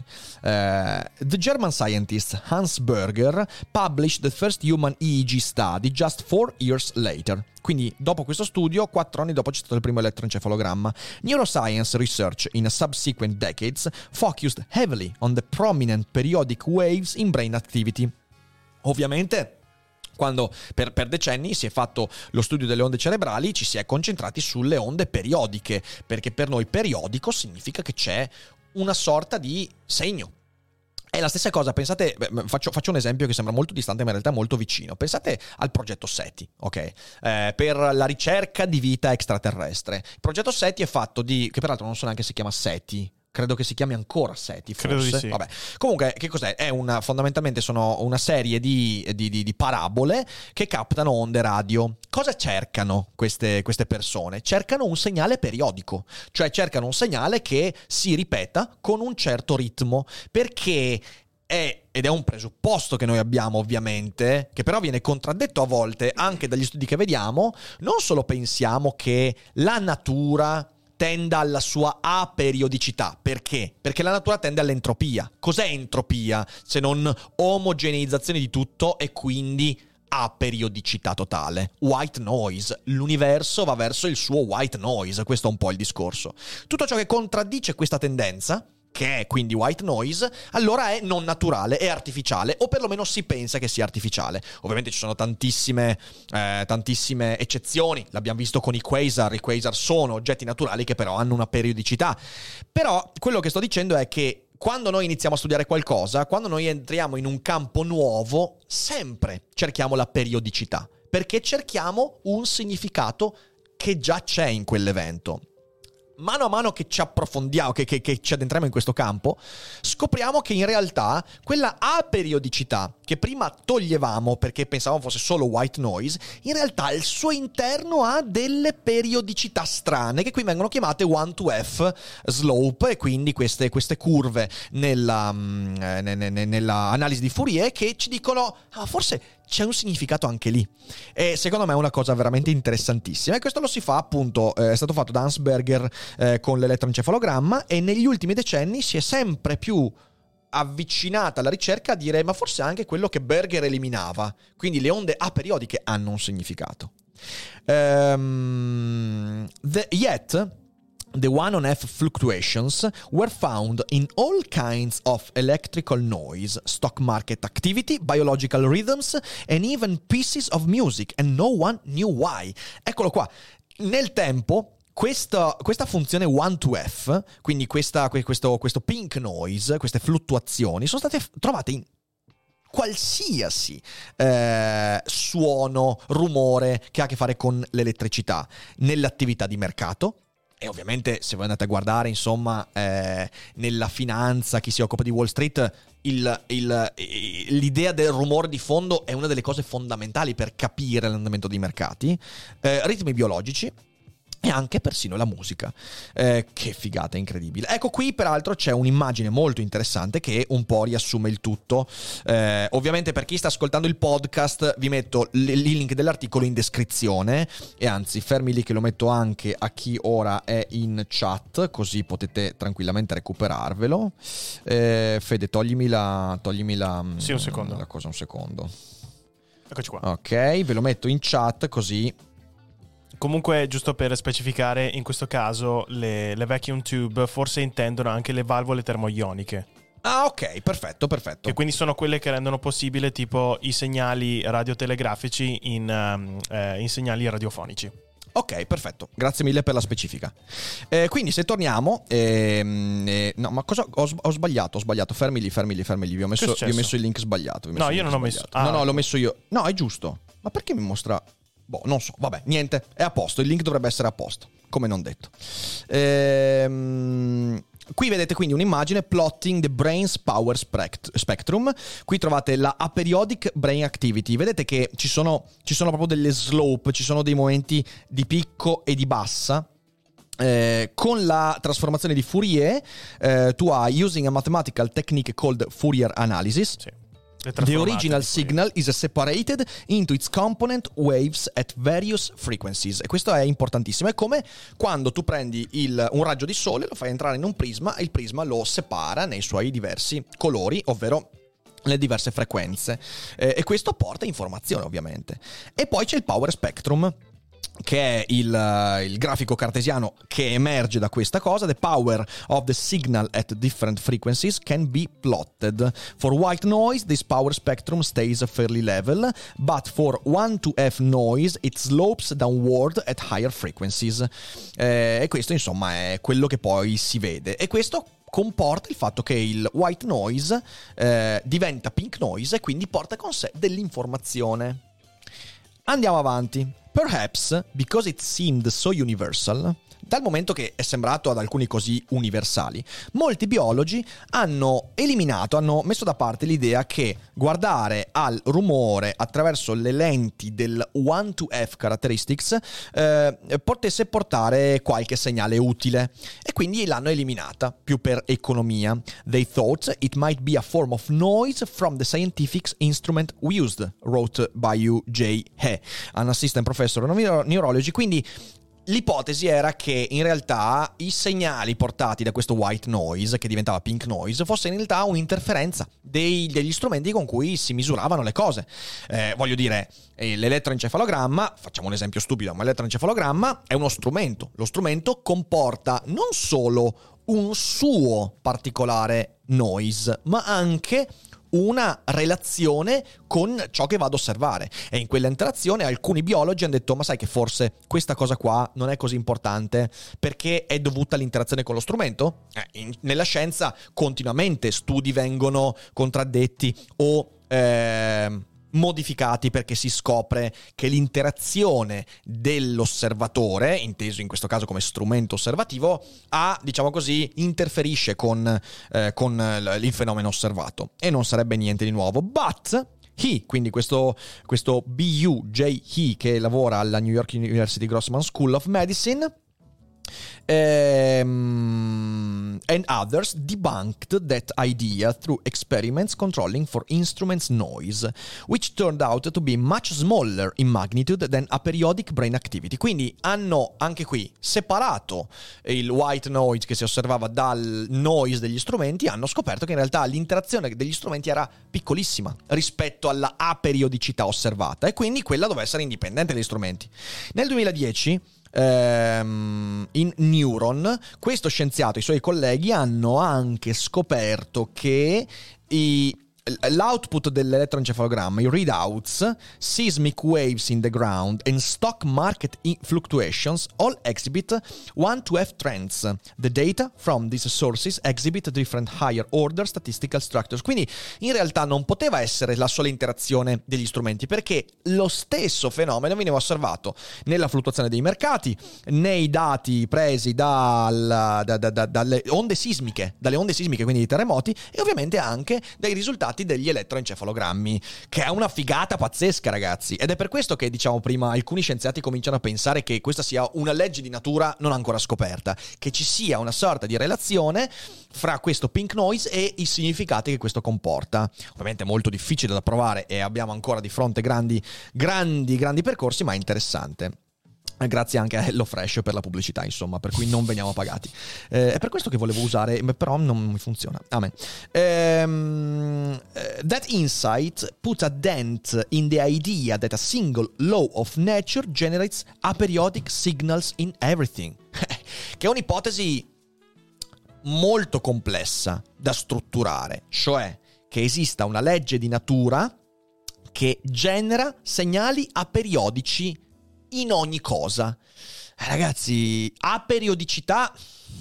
Uh, the German scientist Hans Berger published the first human E E G study just four years later. Quindi dopo questo studio, quattro anni dopo, c'è stato il primo elettroencefalogramma. Neuroscience research in subsequent decades focused heavily on the prominent periodic waves in brain activity. Ovviamente, quando per, per decenni si è fatto lo studio delle onde cerebrali, ci si è concentrati sulle onde periodiche, perché per noi periodico significa che c'è una sorta di segno. È la stessa cosa, pensate, faccio, faccio un esempio che sembra molto distante ma in realtà è molto vicino. Pensate al progetto SETI, ok? Eh, per la ricerca di vita extraterrestre. Il progetto SETI è fatto di, che peraltro non so neanche se si chiama SETI, credo che si chiami ancora SETI, forse. Credo di sì. Vabbè. Comunque, che cos'è? È una, fondamentalmente sono una serie di, di, di, di parabole che captano onde radio. Cosa cercano queste, queste persone? Cercano un segnale periodico, cioè cercano un segnale che si ripeta con un certo ritmo, perché è, ed è un presupposto che noi abbiamo ovviamente, che però viene contraddetto a volte anche dagli studi che vediamo. Non solo pensiamo che la natura tenda alla sua aperiodicità. Perché? Perché la natura tende all'entropia. Cos'è entropia se non omogeneizzazione di tutto e quindi aperiodicità totale? White noise. L'universo va verso il suo white noise. Questo è un po' il discorso. Tutto ciò che contraddice questa tendenza, che è quindi white noise, allora è non naturale, è artificiale, o perlomeno si pensa che sia artificiale. Ovviamente ci sono tantissime eh, tantissime eccezioni, l'abbiamo visto con i quasar. I quasar sono oggetti naturali che però hanno una periodicità. Però quello che sto dicendo è che quando noi iniziamo a studiare qualcosa, quando noi entriamo in un campo nuovo, sempre cerchiamo la periodicità, perché cerchiamo un significato che già c'è in quell'evento. Mano a mano che ci approfondiamo, che, che, che ci addentriamo in questo campo, scopriamo che in realtà quella aperiodicità che prima toglievamo perché pensavamo fosse solo white noise, in realtà al suo interno ha delle periodicità strane che qui vengono chiamate one to F slope, e quindi queste, queste curve nella, nella analisi di Fourier che ci dicono ah, forse c'è un significato anche lì. E secondo me è una cosa veramente interessantissima, e questo lo si fa appunto, eh, è stato fatto da Hans Berger eh, con l'elettroencefalogramma, e negli ultimi decenni si è sempre più avvicinata la ricerca a dire ma forse anche quello che Berger eliminava, quindi le onde aperiodiche hanno un significato. Um, the, yet the one on F fluctuations were found in all kinds of electrical noise, stock market activity, biological rhythms, and even pieces of music, and no one knew why. Eccolo qua. Nel tempo, questa, questa funzione one to F, quindi questa, questo, questo pink noise, queste fluttuazioni, sono state trovate in qualsiasi eh, suono, rumore che ha a che fare con l'elettricità, nell'attività di mercato, e ovviamente se voi andate a guardare, insomma, eh, nella finanza, chi si occupa di Wall Street, il, il, l'idea del rumore di fondo è una delle cose fondamentali per capire l'andamento dei mercati. Eh, ritmi biologici e anche persino la musica. Eh, che figata incredibile. Ecco, qui peraltro c'è un'immagine molto interessante che un po' riassume il tutto. Eh, ovviamente per chi sta ascoltando il podcast vi metto l- il link dell'articolo in descrizione, e anzi fermi lì che lo metto anche a chi ora è in chat, così potete tranquillamente recuperarvelo. Eh, Fede, toglimi la toglimi la sì, un secondo. La cosa un secondo. Eccoci qua. Ok, ve lo metto in chat così. Comunque, giusto per specificare, in questo caso le, le vacuum tube forse intendono anche le valvole termoioniche. Ah, ok, perfetto, perfetto. Che quindi sono quelle che rendono possibile tipo i segnali radiotelegrafici in, um, eh, in segnali radiofonici. Ok, perfetto, grazie mille per la specifica. Eh, quindi se torniamo, ehm, eh, no, ma cosa ho, ho sbagliato? Ho sbagliato. Fermi lì, fermi lì, fermi lì. Vi ho messo, vi ho messo il link sbagliato. Vi ho messo no, il io link non ho sbagliato. messo. Ah, no, no, ecco. l'ho messo io. No, è giusto. Ma perché mi mostra? Boh, non so. Vabbè, niente, è a posto. Il link dovrebbe essere a posto, come non detto. Ehm. Qui vedete quindi un'immagine plotting the brain's power spectrum. Qui trovate la aperiodic brain activity. Vedete che ci sono, ci sono proprio delle slope, ci sono dei momenti di picco e di bassa. Eh, con la trasformazione di Fourier, eh, tu hai using a mathematical technique called Fourier analysis. Sì. The original signal is separated into its component waves at various frequencies. E questo è importantissimo. È come quando tu prendi il, un raggio di sole, lo fai entrare in un prisma e il prisma lo separa nei suoi diversi colori, ovvero le diverse frequenze. Eh, e questo porta informazione, ovviamente. E poi c'è il power spectrum, che è il, il grafico cartesiano che emerge da questa cosa. The power of the signal at different frequencies can be plotted. For white noise, this power spectrum stays fairly level, but for one to F noise, it slopes downward at higher frequencies. Eh, e questo, insomma, è quello che poi si vede. E questo comporta il fatto che il white noise eh, diventa pink noise e quindi porta con sé dell'informazione. Andiamo avanti. Perhaps because it seemed so universal, dal momento che è sembrato ad alcuni così universali, molti biologi hanno eliminato, hanno messo da parte l'idea che guardare al rumore attraverso le lenti del one to F characteristics eh, potesse portare qualche segnale utile, e quindi l'hanno eliminata più per economia. They thought it might be a form of noise from the scientific instrument we used, wrote Bayu J. He, an assistant professor of neurology. Quindi l'ipotesi era che in realtà i segnali portati da questo white noise, che diventava pink noise, fosse in realtà un'interferenza dei, degli strumenti con cui si misuravano le cose. Eh, voglio dire, eh, l'elettroencefalogramma, facciamo un esempio stupido, ma l'elettroencefalogramma è uno strumento. Lo strumento comporta non solo un suo particolare noise, ma anche una relazione con ciò che vado a osservare, e in quella interazione alcuni biologi hanno detto: ma sai che forse questa cosa qua non è così importante perché è dovuta all'interazione con lo strumento? Eh, in, nella scienza continuamente studi vengono contraddetti o eh, modificati perché si scopre che l'interazione dell'osservatore, inteso in questo caso come strumento osservativo, ha, diciamo così, interferisce con, eh, con il fenomeno osservato, e non sarebbe niente di nuovo. But he, quindi questo, questo B U J He, che lavora alla New York University Grossman School of Medicine, Um, and others debunked that idea through experiments controlling for instruments noise, which turned out to be much smaller in magnitude than aperiodic brain activity. Quindi hanno anche qui separato il white noise che si osservava dal noise degli strumenti, hanno scoperto che in realtà l'interazione degli strumenti era piccolissima rispetto alla aperiodicità osservata, e quindi quella doveva essere indipendente dagli strumenti. Nel duemiladieci in Neuron, questo scienziato e i suoi colleghi hanno anche scoperto che i, l'output dell'elettroencefalogramma, i readouts, seismic waves in the ground and stock market fluctuations all exhibit one to F trends. The data from these sources exhibit different higher order statistical structures. Quindi in realtà non poteva essere la sola interazione degli strumenti, perché lo stesso fenomeno veniva osservato nella fluttuazione dei mercati, nei dati presi dal, da, da, da, dalle onde sismiche, dalle onde sismiche, quindi dei terremoti, e ovviamente anche dai risultati degli elettroencefalogrammi, che è una figata pazzesca, ragazzi. Ed è per questo che, diciamo prima, alcuni scienziati cominciano a pensare che questa sia una legge di natura non ancora scoperta, che ci sia una sorta di relazione fra questo pink noise e i significati che questo comporta. Ovviamente è molto difficile da provare e abbiamo ancora di fronte grandi, grandi, grandi percorsi, ma è interessante. Grazie anche a HelloFresh per la pubblicità, insomma, per cui non veniamo pagati. Eh, è per questo che volevo usare, però non mi funziona. Amen. Um, uh, that insight put a dent in the idea that a single law of nature generates aperiodic signals in everything. Che è un'ipotesi molto complessa da strutturare, cioè che esista una legge di natura che genera segnali aperiodici in ogni cosa. Eh, ragazzi, aperiodicità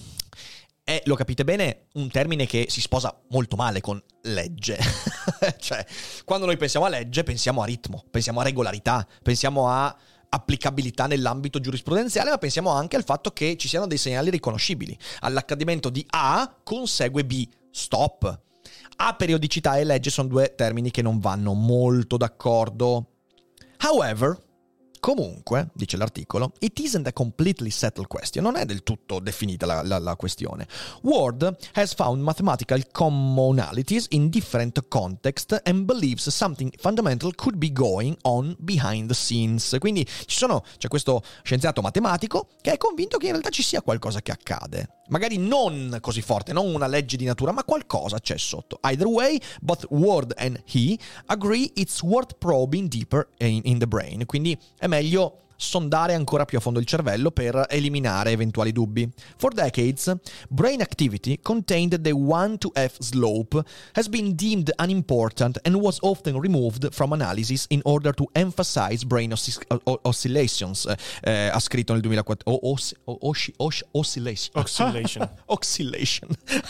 è, lo capite bene, un termine che si sposa molto male con legge. Cioè, quando noi pensiamo a legge, pensiamo a ritmo, pensiamo a regolarità, pensiamo a applicabilità nell'ambito giurisprudenziale, ma pensiamo anche al fatto che ci siano dei segnali riconoscibili. All'accadimento di A consegue B. Stop. Aperiodicità e legge sono due termini che non vanno molto d'accordo. However, comunque, dice l'articolo, it isn't a completely settled question. Non è del tutto definita la, la, la questione. Ward has found mathematical commonalities in different contexts and believes something fundamental could be going on behind the scenes. Quindi ci sono, c'è questo scienziato matematico che è convinto che in realtà ci sia qualcosa che accade. Magari non così forte, non una legge di natura, ma qualcosa c'è sotto. Either way, both Ward and he agree it's worth probing deeper in, in the brain. Quindi è meglio sondare ancora più a fondo il cervello per eliminare eventuali dubbi. For decades, brain activity contained the one to F slope has been deemed unimportant and was often removed from analysis in order to emphasize brain osc- oscillations. Eh, ha scritto nel duemilaquattro... Oh, os- os- os- oscillation. Oscillation. Oscillation.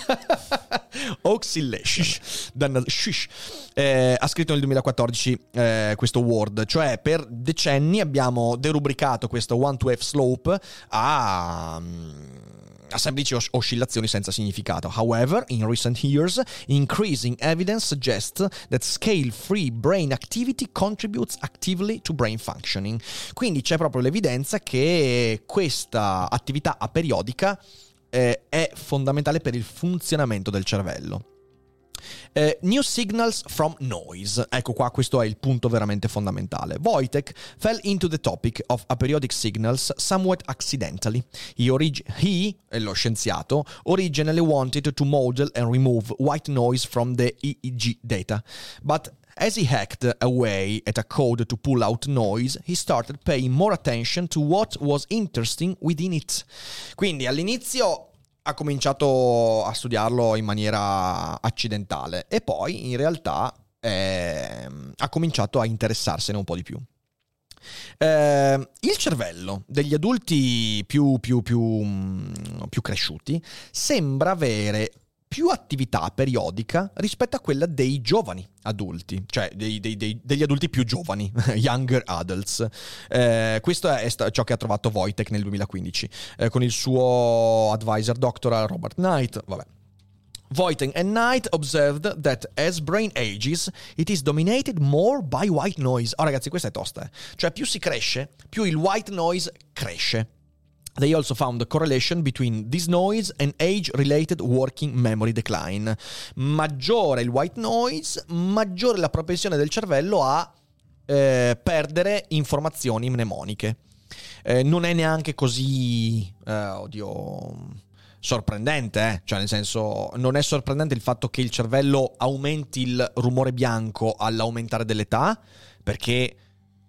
Oscillation. Danna- shush. Eh, ha scritto nel duemilaquattordici eh, questo Ward, cioè per decenni abbiamo derubato rubricato questo one to F slope a, a semplici os- oscillazioni senza significato. However, in recent years, increasing evidence suggests that scale-free brain activity contributes actively to brain functioning. Quindi c'è proprio l'evidenza che questa attività aperiodica eh, è fondamentale per il funzionamento del cervello. Uh, new signals from noise. Ecco qua, questo è il punto veramente fondamentale. Wojtek fell into the topic of aperiodic signals somewhat accidentally. He, orig- he lo scienziato, originally wanted to model and remove white noise from the E E G data, but as he hacked away at a code to pull out noise, he started paying more attention to what was interesting within it. Quindi all'inizio ha cominciato a studiarlo in maniera accidentale e poi in realtà eh, ha cominciato a interessarsene un po' di più. Eh, il cervello degli adulti più, più, più, più cresciuti sembra avere più attività periodica rispetto a quella dei giovani adulti, cioè dei, dei, dei, degli adulti più giovani, younger adults. Eh, questo è sta- ciò che ha trovato Wojtek nel duemilaquindici eh, con il suo advisor doctoral Robert Knight. Vabbè. Wojtek and Knight observed that as brain ages, it is dominated more by white noise. Oh ragazzi, questa è tosta, eh. Cioè più si cresce, più il white noise cresce. They also found a correlation between this noise and age-related working memory decline. Maggiore il white noise, maggiore la propensione del cervello a eh, perdere informazioni mnemoniche. Eh, non è neanche così, eh, oddio, sorprendente, eh? Cioè nel senso, non è sorprendente il fatto che il cervello aumenti il rumore bianco all'aumentare dell'età, perché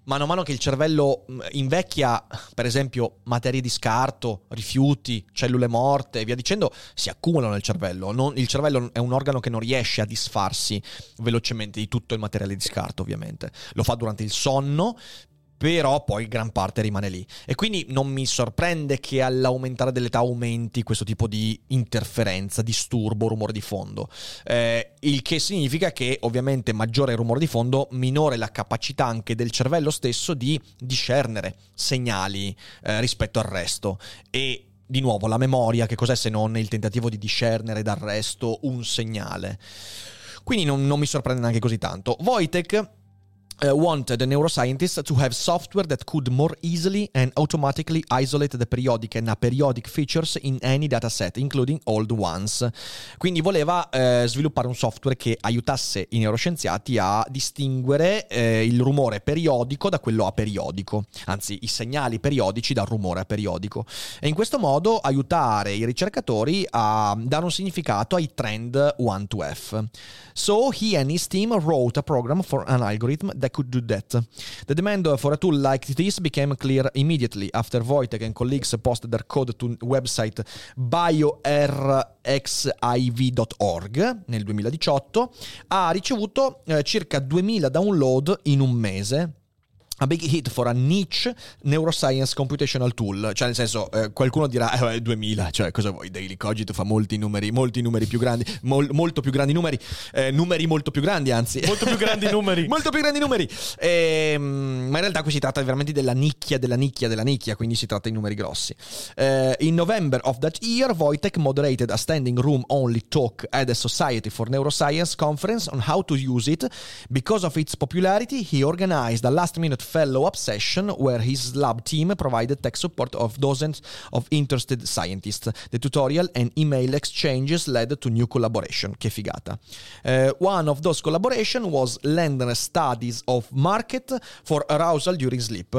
mano a mano che il cervello invecchia, per esempio materie di scarto, rifiuti, cellule morte e via dicendo, si accumulano nel cervello. Non, il cervello è un organo che non riesce a disfarsi velocemente di tutto il materiale di scarto, ovviamente. Lo fa durante il sonno, però poi gran parte rimane lì. E quindi non mi sorprende che all'aumentare dell'età aumenti questo tipo di interferenza, disturbo, rumore di fondo. Eh, il che significa che ovviamente maggiore il rumore di fondo, minore la capacità anche del cervello stesso di discernere segnali eh, rispetto al resto. E di nuovo la memoria, che cos'è se non il tentativo di discernere dal resto un segnale? Quindi non, non mi sorprende neanche così tanto. Wojtek Uh, wanted a neuroscientist to have software that could more easily and automatically isolate the periodic and aperiodic features in any dataset, including old ones. Quindi voleva uh, sviluppare un software che aiutasse i neuroscienziati a distinguere uh, il rumore periodico da quello aperiodico, anzi i segnali periodici dal rumore aperiodico, e in questo modo aiutare i ricercatori a dare un significato ai trend one to F. So he and his team wrote a program for an algorithm that could do that. The demand for a tool like this became clear immediately after Wojtek and colleagues posted their code to website bio r x i v dot org nel duemiladiciotto. Ha ricevuto eh, circa duemila download in un mese. A big hit for a niche neuroscience computational tool. Cioè nel senso, eh, qualcuno dirà eh, duemila, cioè cosa vuoi? Daily Cogito fa molti numeri, molti numeri più grandi, mol, molto più grandi numeri, eh, numeri molto più grandi anzi. Molto più grandi numeri. molto più grandi numeri. Eh, ma in realtà qui si tratta veramente della nicchia, della nicchia, della nicchia, quindi si tratta di numeri grossi. Eh, in November of that year, Wojtek moderated a standing room only talk at the Society for Neuroscience conference on how to use it. Because of its popularity, he organized a last minute follow-up session where his lab team provided tech support of dozens of interested scientists. The tutorial and email exchanges led to new collaboration. Che figata. Uh, one of those collaboration was Lendner Studies of Market for Arousal During Sleep,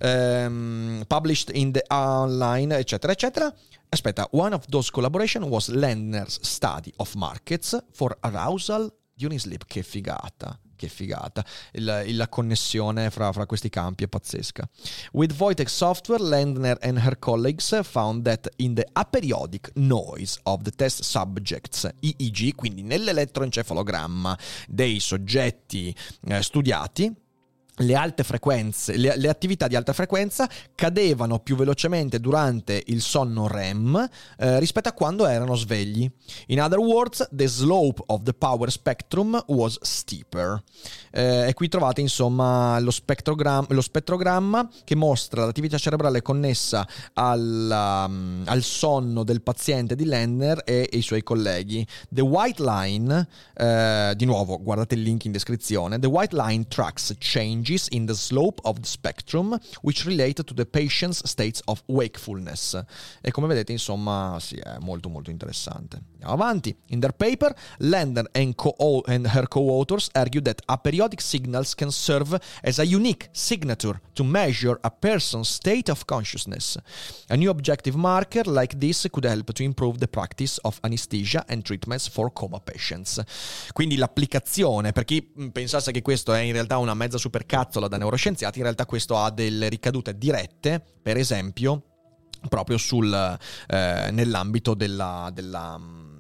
um, published in the online, eccetera, eccetera. Aspetta, one of those collaboration was Lendner's Study of Markets for Arousal During Sleep. Che figata. Che figata, il, il, la connessione fra, fra questi campi è pazzesca. With Wojtek's software, Lendner and her colleagues found that in the aperiodic noise of the test subjects, E E G, quindi nell'elettroencefalogramma dei soggetti eh, studiati, le alte frequenze, le, le attività di alta frequenza cadevano più velocemente durante il sonno R E M eh, rispetto a quando erano svegli. In other words, the slope of the power spectrum was steeper. Eh, e qui trovate insomma lo spettrogramma, lo spettrogramma che mostra l'attività cerebrale connessa al, um, al sonno del paziente di Lendner e, e i suoi colleghi. The white line, eh, di nuovo guardate il link in descrizione, the white line tracks change in the slope of the spectrum which relate to the patient's states of wakefulness. E come vedete insomma sì, è molto molto interessante. Andiamo avanti. In their paper, Lendner and, co- and her co-authors argue that aperiodic signals can serve as a unique signature to measure a person's state of consciousness. A new objective marker like this could help to improve the practice of anesthesia and treatments for coma patients. Quindi l'applicazione, per chi pensasse che questo è in realtà una mezza supercazzola da neuroscienziati, in realtà questo ha delle ricadute dirette, per esempio proprio sul eh, nell'ambito della, della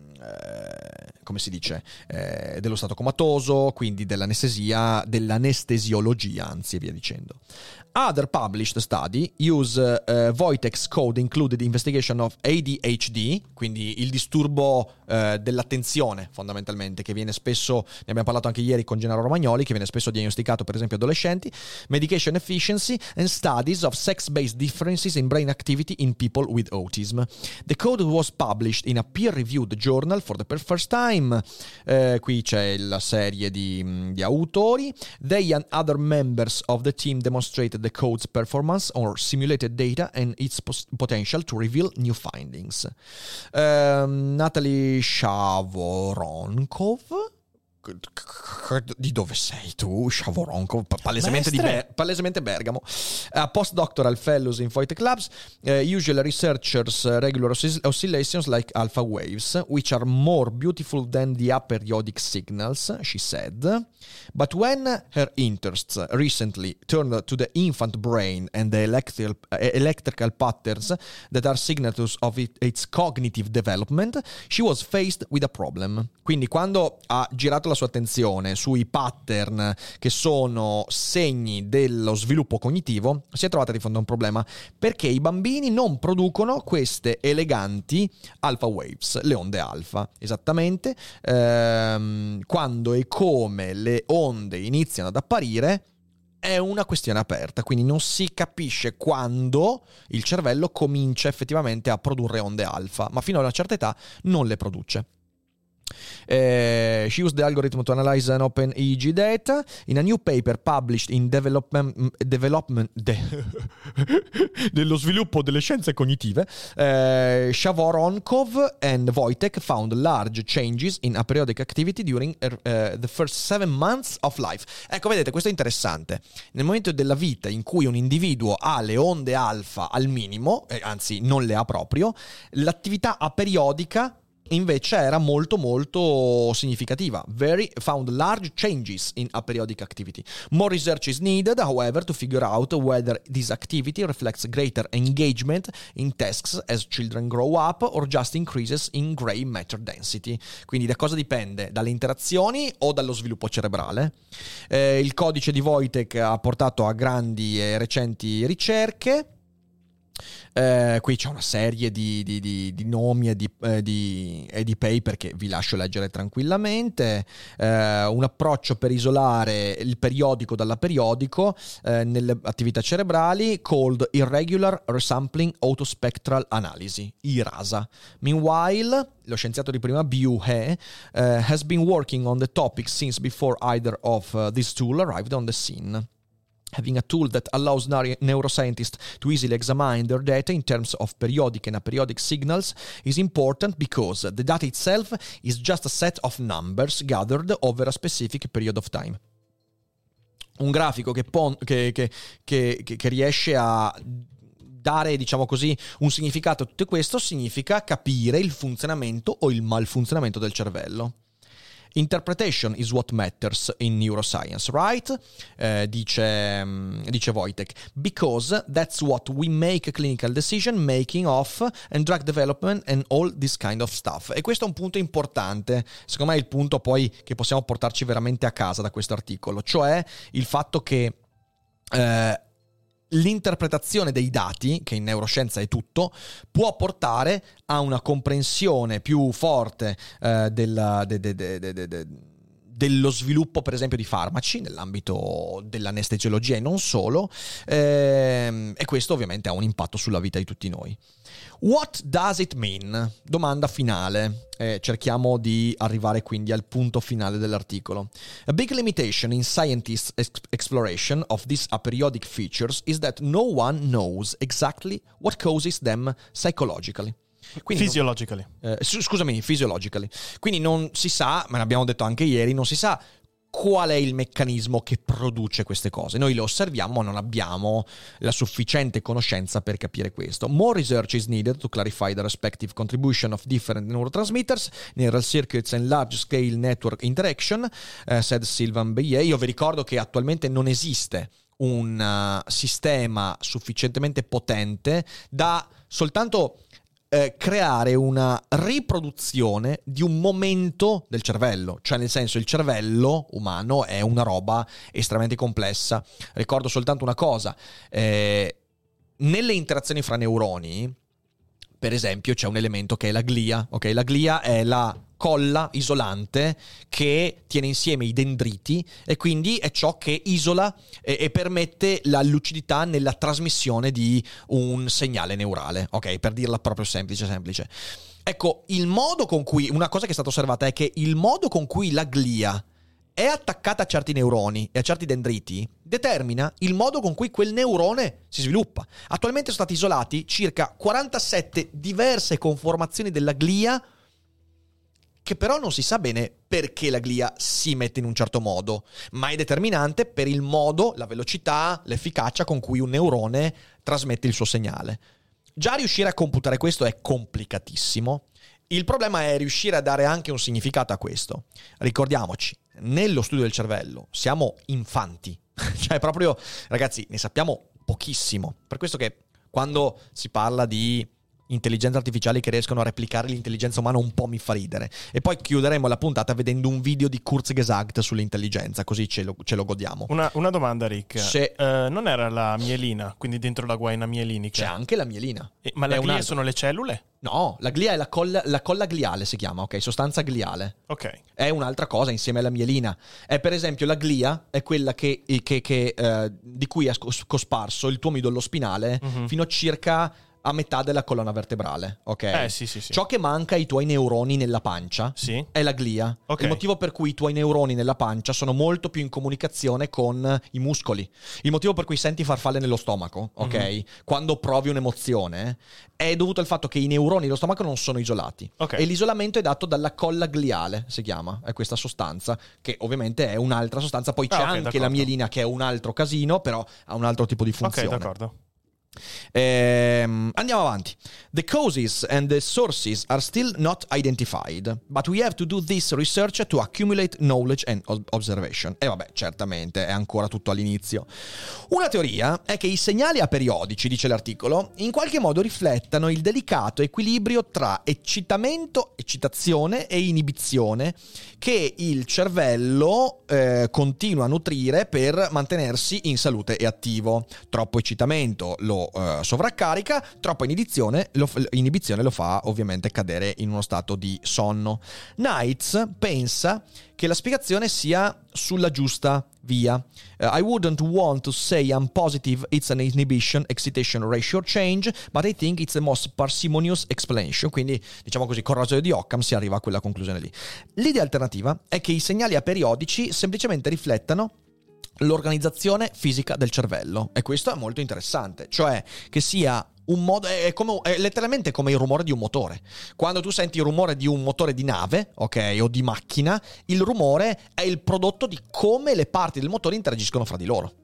eh, come si dice eh, dello stato comatoso, quindi dell'anestesia, dell'anestesiologia, anzi, e via dicendo. Other published study use uh, Wojtek's code included investigation of A D H D, quindi il disturbo uh, dell'attenzione fondamentalmente, che viene spesso, ne abbiamo parlato anche ieri con Gennaro Romagnoli, che viene spesso diagnosticato per esempio adolescenti, medication efficiency and studies of sex-based differences in brain activity in people with autism. The code was published in a peer-reviewed journal for the first time. Uh, qui c'è la serie di, di autori. They and other members of the team demonstrated the code's performance or simulated data and its potential to reveal new findings. Um, Natalie Shavoronkov, di dove sei tu, Shavoronko? Palesemente, di Maestre. Ber- palesemente Bergamo. Uh, postdoctoral fellows in Wojtek labs uh, usually researchers uh, regular oscill- oscillations like alpha waves, which are more beautiful than the aperiodic signals, she said. But when her interests recently turned to the infant brain and the electrical, uh, electrical patterns that are signatures of it, its cognitive development, she was faced with a problem. Quindi quando ha girato la sua attenzione sui pattern che sono segni dello sviluppo cognitivo, si è trovata di fronte a un problema, perché i bambini non producono queste eleganti alpha waves, le onde alfa. Esattamente ehm, quando e come le onde iniziano ad apparire è una questione aperta, quindi non si capisce quando il cervello comincia effettivamente a produrre onde alfa, ma fino a una certa età non le produce. Uh, she used the algorithm to analyze an open E E G data in a new paper published in Development, development de, dello sviluppo delle scienze cognitive. uh, Shavoronov and Wojtek found large changes in aperiodic activity during uh, the first seven months of life. Ecco, vedete, questo è interessante. Nel momento della vita in cui un individuo ha le onde alfa al minimo, eh, anzi non le ha proprio, l'attività aperiodica invece era molto molto significativa. Very found large changes in aperiodic activity. More research is needed, however, to figure out whether this activity reflects greater engagement in tasks as children grow up or just increases in gray matter density. Quindi da cosa dipende? Dalle interazioni o dallo sviluppo cerebrale? Eh, il codice di Wojtek ha portato a grandi e recenti ricerche. Uh, qui c'è una serie di, di, di, di nomi e di, eh, di, e di paper che vi lascio leggere tranquillamente. Uh, un approccio per isolare il periodico dall'aperiodico uh, nelle attività cerebrali, called Irregular Resampling Autospectral Analysis, I R A S A. Meanwhile, lo scienziato di prima, Biu He, uh, has been working on the topic since before either of uh, these tools arrived on the scene. Having a tool that allows neuroscientists to easily examine their data in terms of periodic and aperiodic signals is important because the data itself is just a set of numbers gathered over a specific period of time. Un grafico che, pon- che, che, che, che riesce a dare, diciamo così, un significato a tutto questo significa capire il funzionamento o il malfunzionamento del cervello. Interpretation is what matters in neuroscience, right? Eh, dice, dice Wojtek. Because that's what we make a clinical decision making of and drug development and all this kind of stuff. E questo è un punto importante, secondo me è il punto poi che possiamo portarci veramente a casa da questo articolo, cioè il fatto che eh, l'interpretazione dei dati, che in neuroscienza è tutto, può portare a una comprensione più forte eh, della, de, de, de, de, de, de, dello sviluppo, per esempio, di farmaci nell'ambito dell'anestesiologia e non solo, ehm, e questo ovviamente ha un impatto sulla vita di tutti noi. What does it mean? Domanda finale. Eh, cerchiamo di arrivare quindi al punto finale dell'articolo. A big limitation in scientists' ex- exploration of these aperiodic features is that no one knows exactly what causes them psychologically. Quindi, Physiologically. Eh, scusami, physiologically. Quindi non si sa, ma l'abbiamo detto anche ieri, non si sa qual è il meccanismo che produce queste cose. Noi le osserviamo, ma non abbiamo la sufficiente conoscenza per capire questo. More research is needed to clarify the respective contribution of different neurotransmitters, neural circuits and large-scale network interaction, uh, said Sylvain Beillet. Io vi ricordo che attualmente non esiste un uh, sistema sufficientemente potente da soltanto Eh, creare una riproduzione di un momento del cervello, cioè nel senso il cervello umano è una roba estremamente complessa. Ricordo soltanto una cosa, eh, nelle interazioni fra neuroni, per esempio, c'è un elemento che è la glia, ok? La glia è la colla isolante che tiene insieme i dendriti e quindi è ciò che isola e, e permette la lucidità nella trasmissione di un segnale neurale, ok? Per dirla proprio semplice semplice. Ecco, il modo con cui, una cosa che è stata osservata è che il modo con cui la glia è attaccata a certi neuroni e a certi dendriti determina il modo con cui quel neurone si sviluppa. Attualmente sono stati isolati circa quarantasette diverse conformazioni della glia che però non si sa bene perché la glia si mette in un certo modo, ma è determinante per il modo, la velocità, l'efficacia con cui un neurone trasmette il suo segnale. Già riuscire a computare questo è complicatissimo. Il problema è riuscire a dare anche un significato a questo. Ricordiamoci, nello studio del cervello siamo infanti, cioè proprio, ragazzi, ne sappiamo pochissimo. Per questo che quando si parla di intelligenze artificiali che riescono a replicare l'intelligenza umana un po' mi fa ridere. E poi chiuderemo la puntata vedendo un video di Kurzgesagt sull'intelligenza, così ce lo, ce lo godiamo. Una, una domanda, Rick. Se... Uh, non era la mielina, quindi dentro la guaina mielinica? C'è anche la mielina. E, ma la glia sono le cellule? No, la glia è la colla, la colla gliale, si chiama, ok? Sostanza gliale. Ok. È un'altra cosa insieme alla mielina. È per esempio la glia, è quella che, che, che eh, di cui è cosparso il tuo midollo spinale mm-hmm. fino a circa a metà della colonna vertebrale, ok? Eh, sì, sì, sì. Ciò che manca ai tuoi neuroni nella pancia sì. è la glia. Okay. Il motivo per cui i tuoi neuroni nella pancia sono molto più in comunicazione con i muscoli. Il motivo per cui senti farfalle nello stomaco, ok? Mm-hmm. Quando provi un'emozione è dovuto al fatto che i neuroni dello stomaco non sono isolati. Okay. E l'isolamento è dato dalla colla gliale, si chiama, è questa sostanza, che ovviamente è un'altra sostanza. Poi c'è ah, okay, anche d'accordo. La mielina, che è un altro casino, però ha un altro tipo di funzione. Ok, d'accordo. Um, andiamo avanti. The causes and the sources are still not identified, but we have to do this research to accumulate knowledge and observation. E vabbè, certamente è ancora tutto all'inizio. Una teoria è che i segnali aperiodici, dice l'articolo, in qualche modo riflettano il delicato equilibrio tra eccitamento, eccitazione e inibizione che il cervello eh, continua a nutrire per mantenersi in salute e attivo. Troppo eccitamento lo Uh, sovraccarica, troppa inibizione lo, inibizione lo fa ovviamente cadere in uno stato di sonno. Knights pensa che la spiegazione sia sulla giusta via. uh, I wouldn't want to say I'm positive it's an inhibition excitation ratio change, but I think it's the most parsimonious explanation. Quindi, diciamo così, con rasoio di Occam si arriva a quella conclusione lì. L'idea alternativa è che i segnali aperiodici semplicemente riflettano l'organizzazione fisica del cervello, e questo è molto interessante, cioè che sia un modo, è, come, è letteralmente come il rumore di un motore. Quando tu senti il rumore di un motore di nave, ok, o di macchina, il rumore è il prodotto di come le parti del motore interagiscono fra di loro.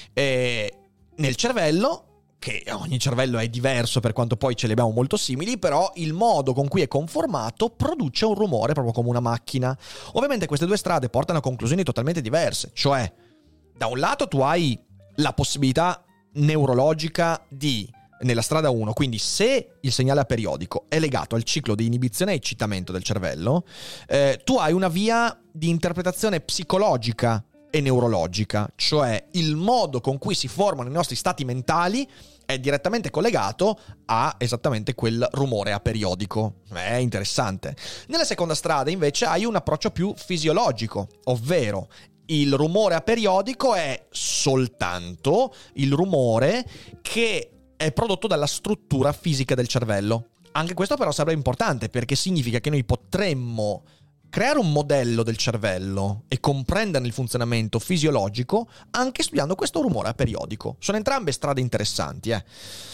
E nel cervello, che ogni cervello è diverso per quanto poi ce li abbiamo molto simili, però il modo con cui è conformato produce un rumore proprio come una macchina. Ovviamente queste due strade portano a conclusioni totalmente diverse, cioè da un lato tu hai la possibilità neurologica di, nella strada uno, quindi se il segnale aperiodico è legato al ciclo di inibizione e eccitamento del cervello, eh, tu hai una via di interpretazione psicologica e neurologica, cioè il modo con cui si formano i nostri stati mentali è direttamente collegato a esattamente quel rumore aperiodico. È interessante. Nella seconda strada invece hai un approccio più fisiologico, ovvero il rumore aperiodico è soltanto il rumore che è prodotto dalla struttura fisica del cervello. Anche questo però sarebbe importante, perché significa che noi potremmo creare un modello del cervello e comprenderne il funzionamento fisiologico anche studiando questo rumore aperiodico. Sono entrambe strade interessanti, eh.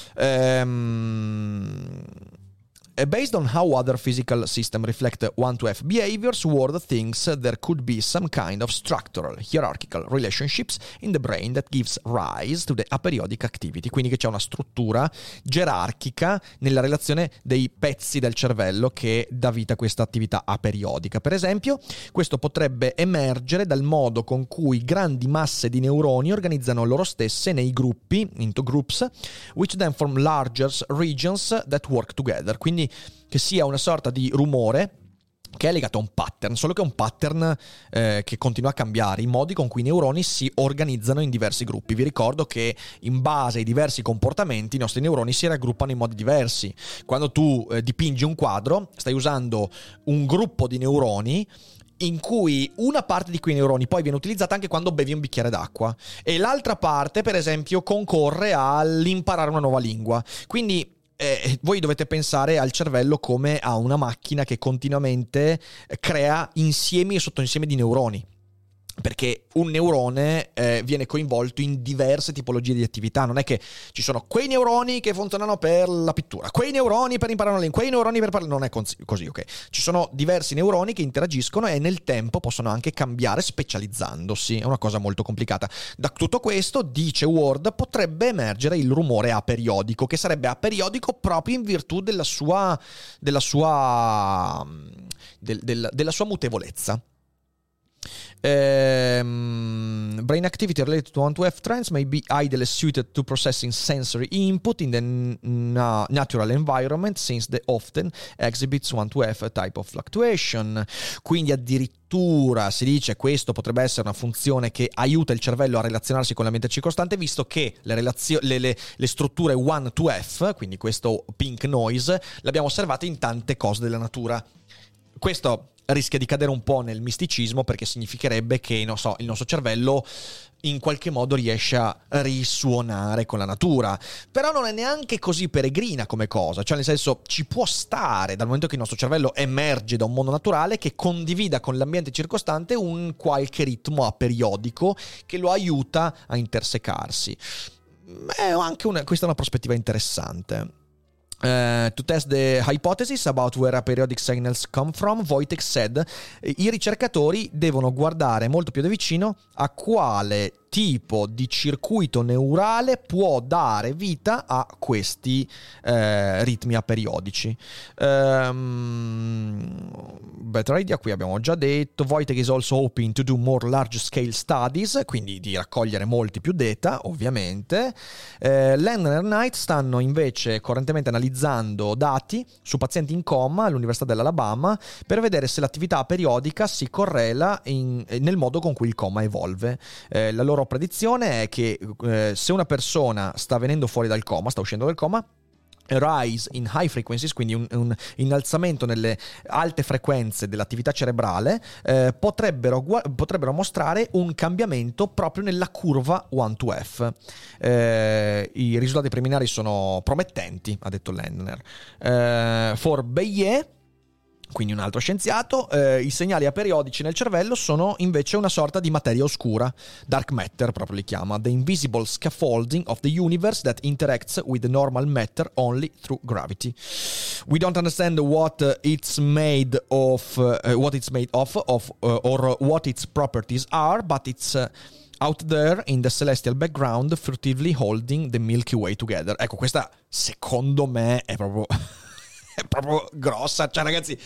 Ehm... Based on how other physical systems reflect one to F behaviors, Ward thinks there could be some kind of structural, hierarchical relationships in the brain that gives rise to the aperiodic activity. Quindi che c'è una struttura gerarchica nella relazione dei pezzi del cervello che dà vita a questa attività aperiodica. Per esempio, questo potrebbe emergere dal modo con cui grandi masse di neuroni organizzano loro stesse nei gruppi, into groups, which then form larger regions that work together. Quindi che sia una sorta di rumore che è legato a un pattern, solo che è un pattern eh, che continua a cambiare, i modi con cui i neuroni si organizzano in diversi gruppi. Vi ricordo che in base ai diversi comportamenti i nostri neuroni si raggruppano in modi diversi. Quando tu eh, dipingi un quadro, stai usando un gruppo di neuroni in cui una parte di quei neuroni poi viene utilizzata anche quando bevi un bicchiere d'acqua e l'altra parte, per esempio, concorre all'imparare una nuova lingua. Quindi Eh, voi dovete pensare al cervello come a una macchina che continuamente crea insiemi e sottoinsiemi di neuroni. perché un neurone eh, viene coinvolto in diverse tipologie di attività. Non è che ci sono quei neuroni che funzionano per la pittura, quei neuroni per imparare una lingua, quei neuroni per parlare. Non è così, ok? Ci sono diversi neuroni che interagiscono e nel tempo possono anche cambiare specializzandosi. È una cosa molto complicata. Da tutto questo, dice Ward, potrebbe emergere il rumore aperiodico, che sarebbe aperiodico proprio in virtù della sua della sua del, del, della sua mutevolezza. Um, brain activity related to one to F trends may be ideally suited to processing sensory input in the n- n- natural environment, since they often exhibits one to F type of fluctuation. Quindi addirittura si dice questo potrebbe essere una funzione che aiuta il cervello a relazionarsi con l'ambiente circostante, visto che le, relazio- le, le, le strutture one to F, quindi questo pink noise, l'abbiamo osservato in tante cose della natura. Questo rischia di cadere un po' nel misticismo, perché significherebbe che, non so, il nostro cervello in qualche modo riesce a risuonare con la natura. Però non è neanche così peregrina come cosa, cioè nel senso ci può stare, dal momento che il nostro cervello emerge da un mondo naturale, che condivida con l'ambiente circostante un qualche ritmo aperiodico che lo aiuta a intersecarsi. È anche una, questa è una prospettiva interessante. Uh, to test the hypothesis about where aperiodic signals come from, Wojtek said, i ricercatori devono guardare molto più da vicino a quale tipo di circuito neurale può dare vita a questi eh, ritmi aperiodici. Um, better idea, qui abbiamo già detto. Wojtek is also hoping to do more large scale studies, quindi di raccogliere molti più data, ovviamente. Eh, Landner e Knight stanno invece correntemente analizzando dati su pazienti in coma all'Università dell'Alabama per vedere se l'attività aperiodica si correla in, nel modo con cui il coma evolve. Eh, la loro predizione è che eh, se una persona sta venendo fuori dal coma, sta uscendo dal coma, rise in high frequencies, quindi un, un innalzamento nelle alte frequenze dell'attività cerebrale, eh, potrebbero, potrebbero mostrare un cambiamento proprio nella curva one to F. Eh, I risultati preliminari sono promettenti, ha detto Landner. Eh, for Beyer, quindi un altro scienziato, eh, i segnali aperiodici nel cervello sono invece una sorta di materia oscura, dark matter proprio li chiama, the invisible scaffolding of the universe that interacts with the normal matter only through gravity. We don't understand what it's made of, uh, what it's made of, of uh, or what its properties are, but it's uh, out there in the celestial background, furtively holding the Milky Way together. Ecco, questa secondo me è proprio è proprio grossa, cioè ragazzi,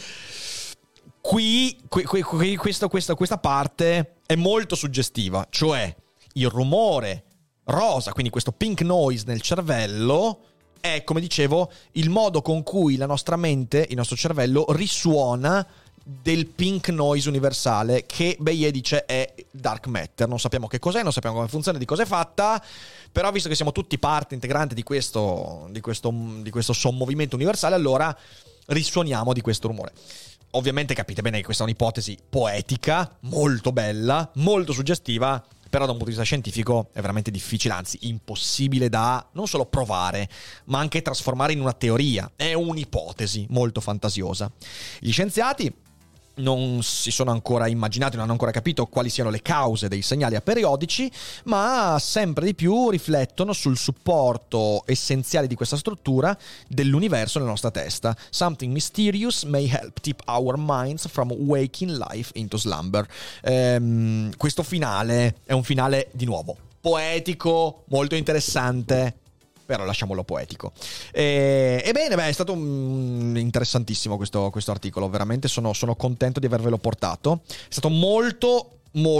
qui, qui, qui, qui questo, questo, questa parte è molto suggestiva, cioè il rumore rosa, quindi questo pink noise nel cervello è, come dicevo, il modo con cui la nostra mente, il nostro cervello risuona del pink noise universale, che Beyer dice è dark matter. Non sappiamo che cos'è, non sappiamo come funziona, di cosa è fatta, però visto che siamo tutti parte integrante di questo, di questo, di questo sommovimento universale, allora risuoniamo di questo rumore. Ovviamente capite bene che questa è un'ipotesi poetica, molto bella, molto suggestiva, però da un punto di vista scientifico è veramente difficile, anzi impossibile da non solo provare, ma anche trasformare in una teoria. È un'ipotesi molto fantasiosa. Gli scienziati non si sono ancora immaginati, non hanno ancora capito quali siano le cause dei segnali aperiodici, ma sempre di più riflettono sul supporto essenziale di questa struttura dell'universo nella nostra testa. Something mysterious may help tip our minds from waking life into slumber. Ehm, questo finale è un finale, di nuovo, poetico, molto interessante, però lasciamolo poetico. E, ebbene, beh, è stato um, interessantissimo questo, questo articolo, veramente sono, sono contento di avervelo portato. È stato molto,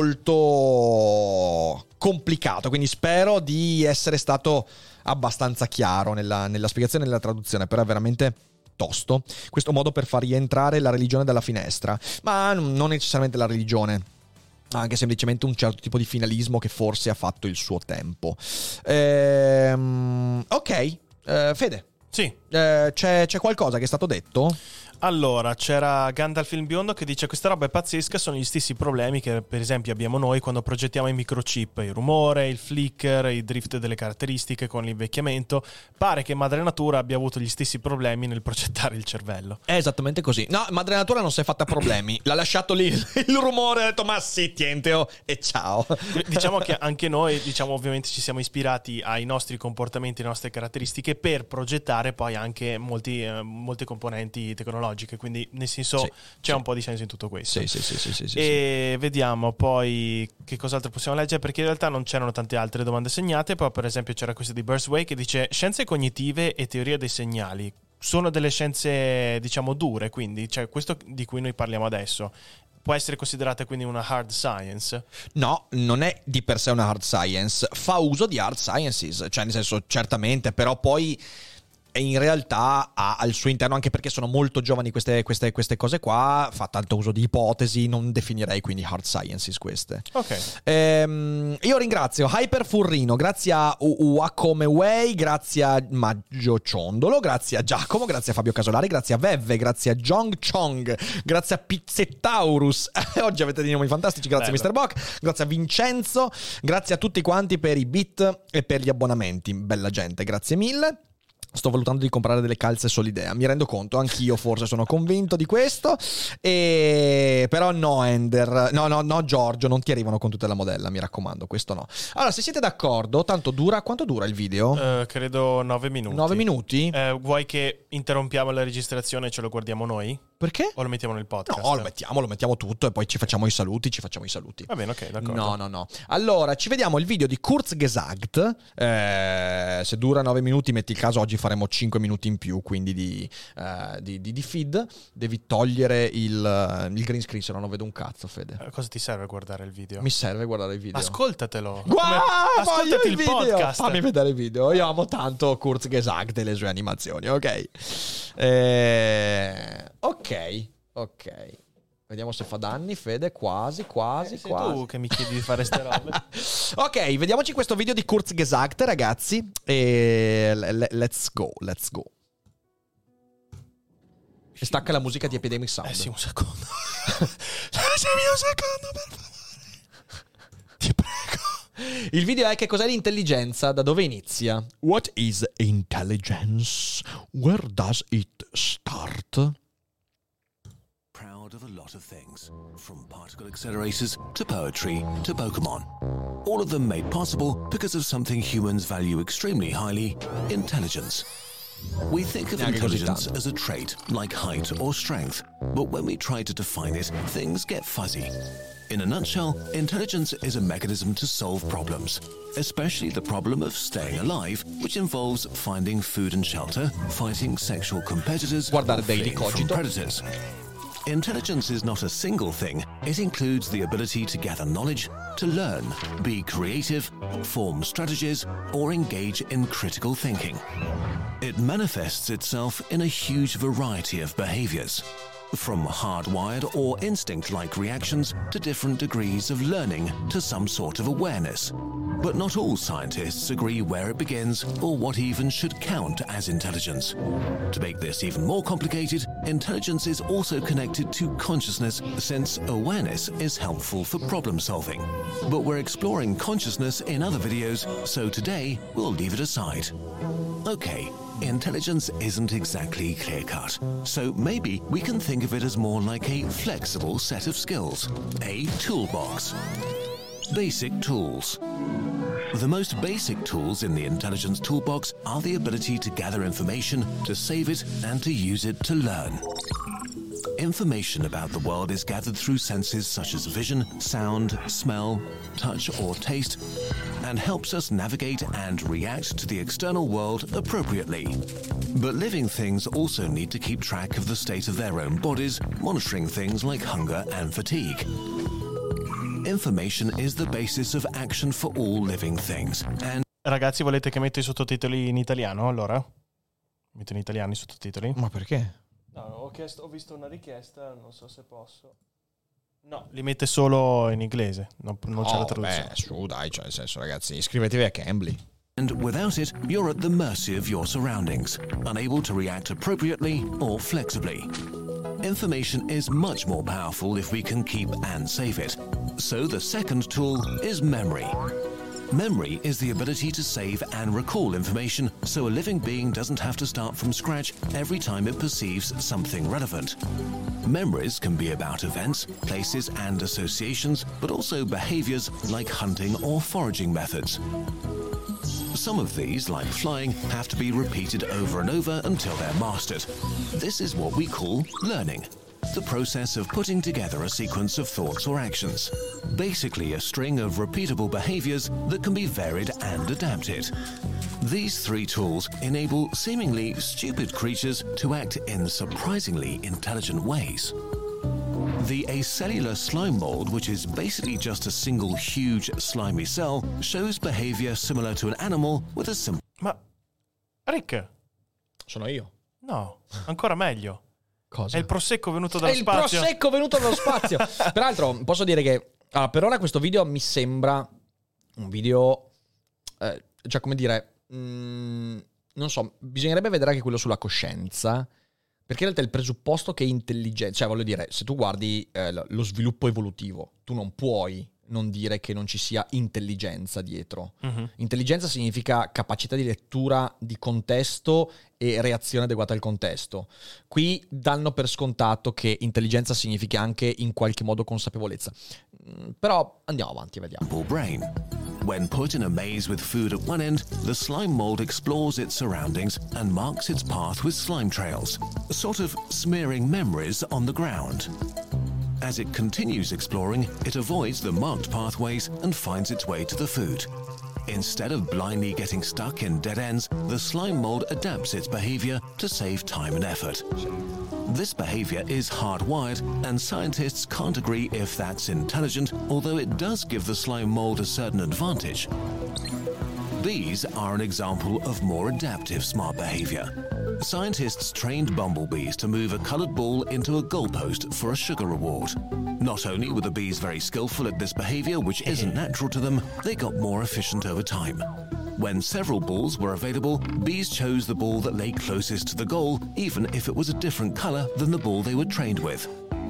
molto complicato, quindi spero di essere stato abbastanza chiaro nella, nella spiegazione e nella traduzione, però è veramente tosto questo modo per far rientrare la religione dalla finestra, ma non necessariamente la religione, anche semplicemente un certo tipo di finalismo che forse ha fatto il suo tempo. Ehm, ok, eh, Fede. Sì. Eh, c'è, c'è qualcosa che è stato detto? Allora, c'era Gandalf il biondo che dice: questa roba è pazzesca, sono gli stessi problemi che per esempio abbiamo noi quando progettiamo i microchip, il rumore, il flicker, i drift delle caratteristiche con l'invecchiamento. Pare che Madre Natura abbia avuto gli stessi problemi nel progettare il cervello. È esattamente così. No, Madre Natura non si è fatta problemi, l'ha lasciato lì il rumore, ha detto ma sì, tienteo e ciao. Diciamo che anche noi, diciamo, ovviamente ci siamo ispirati ai nostri comportamenti, alle nostre caratteristiche per progettare poi anche molti, eh, molte componenti tecnologiche. Quindi nel senso sì, c'è sì. un po' di senso in tutto questo. Sì, sì, sì, sì, sì, sì, e sì. Vediamo poi che cos'altro possiamo leggere, perché in realtà non c'erano tante altre domande segnate. Poi per esempio c'era questa di Burstway che dice: scienze cognitive e teoria dei segnali sono delle scienze, diciamo, dure, quindi cioè questo di cui noi parliamo adesso può essere considerata quindi una hard science? No, non è di per sé una hard science, fa uso di hard sciences, cioè nel senso certamente, però poi e in realtà ha al suo interno, anche perché sono molto giovani queste, queste, queste cose qua, fa tanto uso di ipotesi, non definirei quindi hard sciences queste. Ok. Ehm, io ringrazio Hyper Furrino, grazie a Uacomeway, grazie a Maggio Ciondolo, grazie a Giacomo, grazie a Fabio Casolari, grazie a Vevve, grazie a Jong Chong, grazie a Pizzettaurus, oggi avete dei nomi fantastici, grazie Bello. a mister Bock, grazie a Vincenzo, grazie a tutti quanti per i bit e per gli abbonamenti, bella gente, grazie mille. Sto valutando di comprare delle calze Solidea, mi rendo conto, anch'io forse sono convinto di questo, e però no Ender, no no no Giorgio, non ti arrivano con tutta la modella, mi raccomando, questo no. Allora, se siete d'accordo, tanto dura, quanto dura il video? Uh, credo nove minuti. nove minuti? Uh, vuoi che interrompiamo la registrazione e ce lo guardiamo noi? Perché? O lo mettiamo nel podcast? No, lo mettiamo, lo mettiamo tutto e poi ci facciamo i saluti, ci facciamo i saluti. Va bene, ok, d'accordo. No, no, no. Allora, ci vediamo il video di Kurzgesagt. Eh, se dura nove minuti, metti il caso, oggi faremo cinque minuti in più, quindi di, eh, di, di, di feed. Devi togliere il, il green screen, se no non vedo un cazzo, Fede. Eh, cosa ti serve guardare il video? Mi serve guardare il video. Ascoltatelo. Guarda, ascoltati il, il video. podcast. Fammi vedere il video. Io amo tanto Kurzgesagt e le sue animazioni, ok? Eh, ok. Ok, vediamo se fa danni, Fede, quasi, quasi, eh, sei quasi. tu che mi chiedi di fare ste robe. Ok, vediamoci questo video di Kurzgesagt, ragazzi, e let's go, let's go. E stacca la musica di Epidemic Sound. Eh sì, un secondo. Lasciami un secondo, per favore. Ti prego. Il video è: che cos'è l'intelligenza? Da dove inizia? What is intelligence? Where does it start? Of a lot of things, from particle accelerators to poetry to Pokemon. All of them made possible because of something humans value extremely highly: intelligence. We think of intelligence as a trait, like height or strength, but when we try to define it, things get fuzzy. In a nutshell, intelligence is a mechanism to solve problems, especially the problem of staying alive, which involves finding food and shelter, fighting sexual competitors, Guardare or Daily fleeing from Cogito. predators. Intelligence is not a single thing. It includes the ability to gather knowledge, to learn, be creative, form strategies, or engage in critical thinking. It manifests itself in a huge variety of behaviors, from hardwired or instinct-like reactions to different degrees of learning to some sort of awareness. But not all scientists agree where it begins or what even should count as intelligence. To make this even more complicated, intelligence is also connected to consciousness, since awareness is helpful for problem solving. But we're exploring consciousness in other videos, so today we'll leave it aside. Okay, intelligence isn't exactly clear-cut, so maybe we can think of it as more like a flexible set of skills, a toolbox. Basic tools. The most basic tools in the intelligence toolbox are the ability to gather information, to save it, and to use it to learn. Information about the world is gathered through senses such as vision, sound, smell, touch, or taste, and helps us navigate and react to the external world appropriately. But living things also need to keep track of the state of their own bodies, monitoring things like hunger and fatigue. Information is the basis of action for all living things. And Ragazzi, volete che metto i sottotitoli in italiano allora? Metto in italiano i sottotitoli? Ma perché? No, ho, chiesto, ho visto una richiesta, non so se posso. No, li mette solo in inglese, non, non c'è Oh, la traduzione. beh, su, dai, cioè nel senso, ragazzi, iscrivetevi a Cambly. And without it, you're at the mercy of your surroundings, unable to react appropriately or flexibly. information is much more powerful if we can keep and save it. So the second tool is memory. Memory is the ability to save and recall information so a living being doesn't have to start from scratch every time it perceives something relevant. Memories can be about events, places, and associations, but also behaviors like hunting or foraging methods. Some of these, like flying, have to be repeated over and over until they're mastered. This is what we call learning. The process of putting together a sequence of thoughts or actions. Basically a string of repeatable behaviors that can be varied and adapted. These three tools enable seemingly stupid creatures to act in surprisingly intelligent ways. The acellular slime mold, which is basically just a single huge slimy cell, shows behavior similar to an animal with a simple... Ma, Rick? Sono io. No, ancora meglio. Cosa? È il prosecco venuto dallo È il spazio. prosecco venuto dallo spazio. Peraltro, posso dire che ah, per ora questo video mi sembra un video, eh, cioè come dire, mh, non so, bisognerebbe vedere anche quello sulla coscienza, perché in realtà il presupposto che intelligenza, cioè voglio dire, se tu guardi eh, lo sviluppo evolutivo, tu non puoi non dire che non ci sia intelligenza dietro. Uh-huh. Intelligenza significa capacità di lettura di contesto e reazione adeguata al contesto. Qui danno per scontato che intelligenza significa anche in qualche modo consapevolezza. Però andiamo avanti e vediamo. Brain. When put in a maze with food at one end, the slime mold explores its surroundings and marks its path with slime trails, sort of smearing memories on the ground. As it continues exploring, it avoids the marked pathways and finds its way to the food. Instead of blindly getting stuck in dead ends, the slime mold adapts its behavior to save time and effort. This behavior is hardwired, and scientists can't agree if that's intelligent, although it does give the slime mold a certain advantage. Bees are an example of more adaptive smart behavior. Scientists trained bumblebees to move a colored ball into a goalpost for a sugar reward. Not only were the bees very skillful at this behavior, which isn't natural to them, they got more efficient over time. When several balls were available, bees chose the ball that lay closest to the goal, even if it was a different color than the ball they were trained with.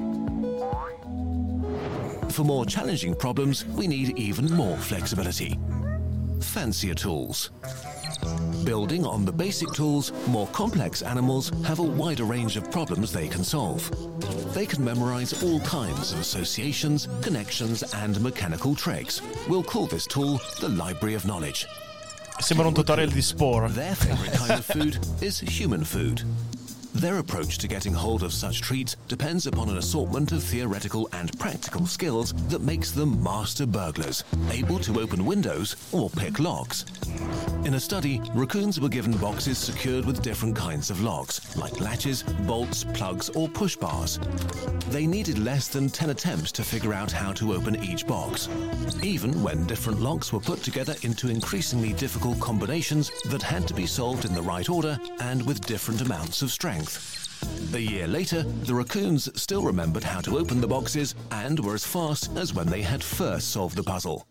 For more challenging problems, we need even more flexibility. Fancier tools. Building on the basic tools, more complex animals have a wider range of problems they can solve. They can memorize all kinds of associations, connections, and mechanical tricks. We'll call this tool the Library of Knowledge. Sembra un tutorial di Spore. Their favorite kind of food is human food. Their approach to getting hold of such treats depends upon an assortment of theoretical and practical skills that makes them master burglars, able to open windows or pick locks. In a study, raccoons were given boxes secured with different kinds of locks, like latches, bolts, plugs, or push bars. They needed less than ten attempts to figure out how to open each box, even when different locks were put together into increasingly difficult combinations that had to be solved in the right order and with different amounts of strength. A year later, the raccoons still remembered how to open the boxes and were as fast as when they had first solved the puzzle.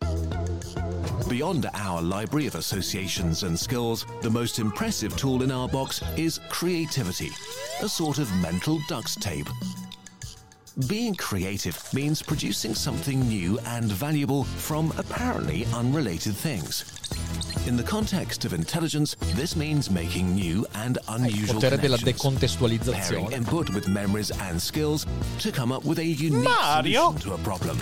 Beyond our library of associations and skills, the most impressive tool in our box is creativity, a sort of mental duct tape. Being creative means producing something new and valuable from apparently unrelated things. In the context of intelligence, this means making new and unusual potere della connections, pairing decontestualizzazione. input with memories and skills to come up with a unique Mario? solution to a problem.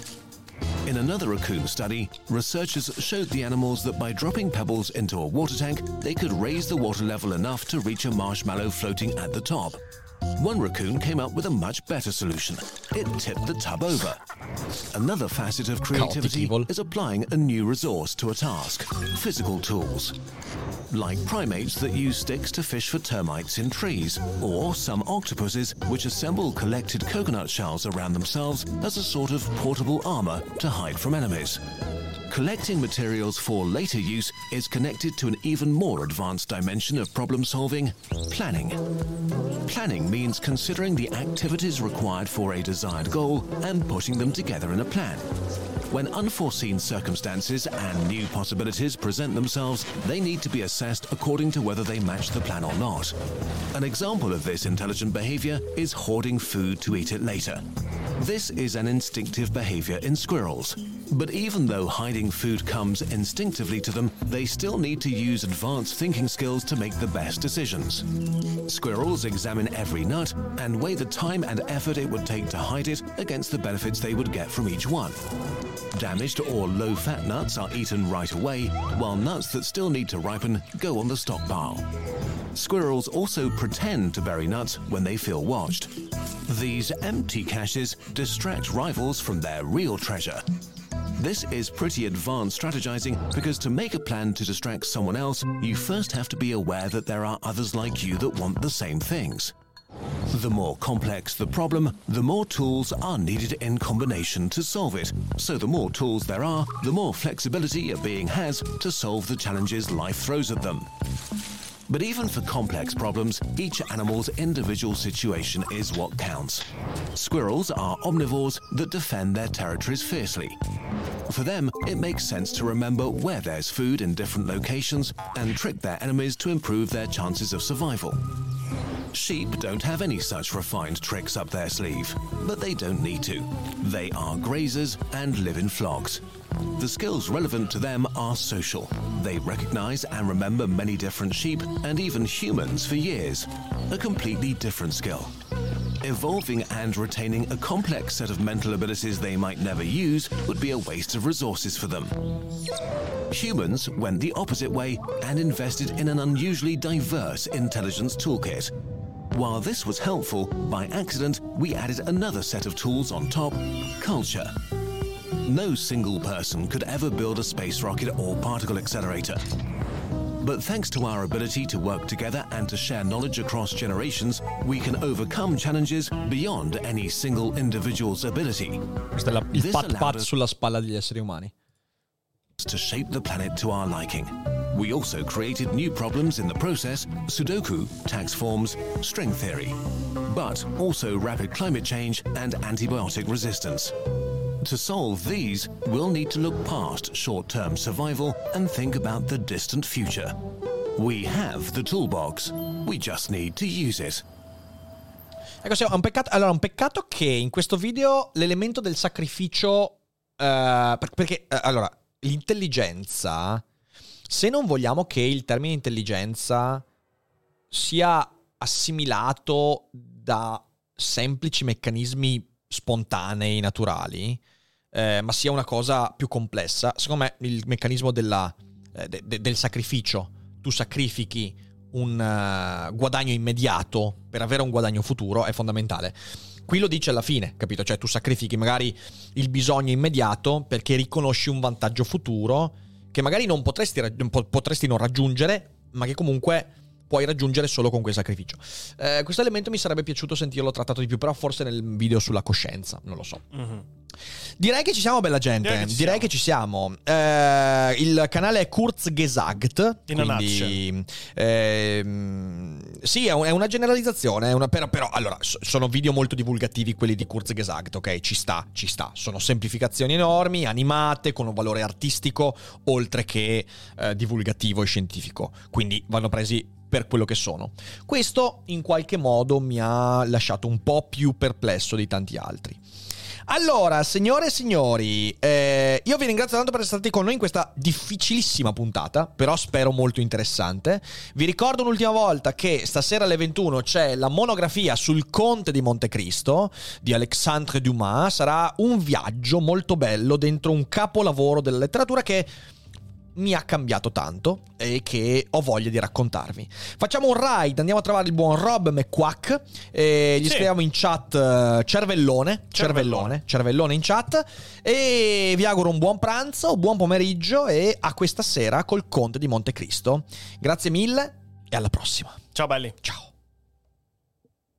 In another raccoon study, researchers showed the animals that by dropping pebbles into a water tank, they could raise the water level enough to reach a marshmallow floating at the top. One raccoon came up with a much better solution. It tipped the tub over. Another facet of creativity is applying a new resource to a task, physical tools. Like primates that use sticks to fish for termites in trees, or some octopuses which assemble collected coconut shells around themselves as a sort of portable armor to hide from enemies. Collecting materials for later use is connected to an even more advanced dimension of problem solving, planning. Planning means considering the activities required for a desired goal and putting them together in a plan. When unforeseen circumstances and new possibilities present themselves, they need to be assessed according to whether they match the plan or not. An example of this intelligent behavior is hoarding food to eat it later. This is an instinctive behavior in squirrels. But even though hiding food comes instinctively to them, they still need to use advanced thinking skills to make the best decisions. Squirrels examine every nut and weigh the time and effort it would take to hide it against the benefits they would get from each one. Damaged or low-fat nuts are eaten right away, while nuts that still need to ripen go on the stockpile. Squirrels also pretend to bury nuts when they feel watched. These empty caches distract rivals from their real treasure. This is pretty advanced strategizing because to make a plan to distract someone else, you first have to be aware that there are others like you that want the same things. The more complex the problem, the more tools are needed in combination to solve it. So the more tools there are, the more flexibility a being has to solve the challenges life throws at them. But even for complex problems, each animal's individual situation is what counts. Squirrels are omnivores that defend their territories fiercely. For them, it makes sense to remember where there's food in different locations and trick their enemies to improve their chances of survival. Sheep don't have any such refined tricks up their sleeve, but they don't need to. They are grazers and live in flocks. The skills relevant to them are social. They recognize and remember many different sheep and even humans for years. A completely different skill. Evolving and retaining a complex set of mental abilities they might never use would be a waste of resources for them. Humans went the opposite way and invested in an unusually diverse intelligence toolkit. While this was helpful, by accident, we added another set of tools on top: culture. No single person could ever build a space rocket or particle accelerator. But thanks to our ability to work together and to share knowledge across generations, we can overcome challenges beyond any single individual's ability. Questo è la, il pat pat sulla spalla degli esseri umani. To shape the planet to our liking. We also created new problems in the process: Sudoku, tax forms, string theory, but also rapid climate change and antibiotic resistance. To solve these, we'll need to look past short-term survival and think about the distant future. We have the toolbox. We just need to use it. Ecco, sì, è un peccato, allora, un peccato che in questo video l'elemento del sacrificio... Uh, perché, uh, allora, l'intelligenza... Se non vogliamo che il termine intelligenza sia assimilato da semplici meccanismi spontanei, naturali, eh, ma sia una cosa più complessa, secondo me il meccanismo della, eh, de, de, del sacrificio. Tu sacrifichi un uh, guadagno immediato per avere un guadagno futuro è fondamentale. Qui lo dice alla fine, capito? Cioè tu sacrifichi magari il bisogno immediato perché riconosci un vantaggio futuro che magari non potresti, potresti non raggiungere, ma che comunque puoi raggiungere solo con quel sacrificio. Eh, questo elemento mi sarebbe piaciuto sentirlo trattato di più, però forse nel video sulla coscienza, non lo so. Mm-hmm. Direi che ci siamo, bella gente. Direi che ci Direi siamo. Che ci siamo. Eh, il canale è Kurzgesagt. In quindi, eh, sì, è, un, è una generalizzazione. È una, però, però, allora, sono video molto divulgativi quelli di Kurzgesagt, ok? Ci sta, ci sta. Sono semplificazioni enormi, animate, con un valore artistico, oltre che eh, divulgativo e scientifico. Quindi vanno presi per quello che sono. Questo in qualche modo mi ha lasciato un po' più perplesso di tanti altri. Allora, signore e signori, eh, io vi ringrazio tanto per essere stati con noi in questa difficilissima puntata, però spero molto interessante. Vi ricordo un'ultima volta che stasera alle ventuno c'è la monografia sul Conte di Montecristo di Alexandre Dumas. Sarà un viaggio molto bello dentro un capolavoro della letteratura che mi ha cambiato tanto e che ho voglia di raccontarvi. Facciamo un ride, andiamo a trovare il buon Rob McQuack e gli sì. scriviamo in chat uh, cervellone, cervellone, cervellone, cervellone in chat, e vi auguro un buon pranzo, buon pomeriggio e a questa sera col Conte di Montecristo. Grazie mille e alla prossima. Ciao belli. Ciao.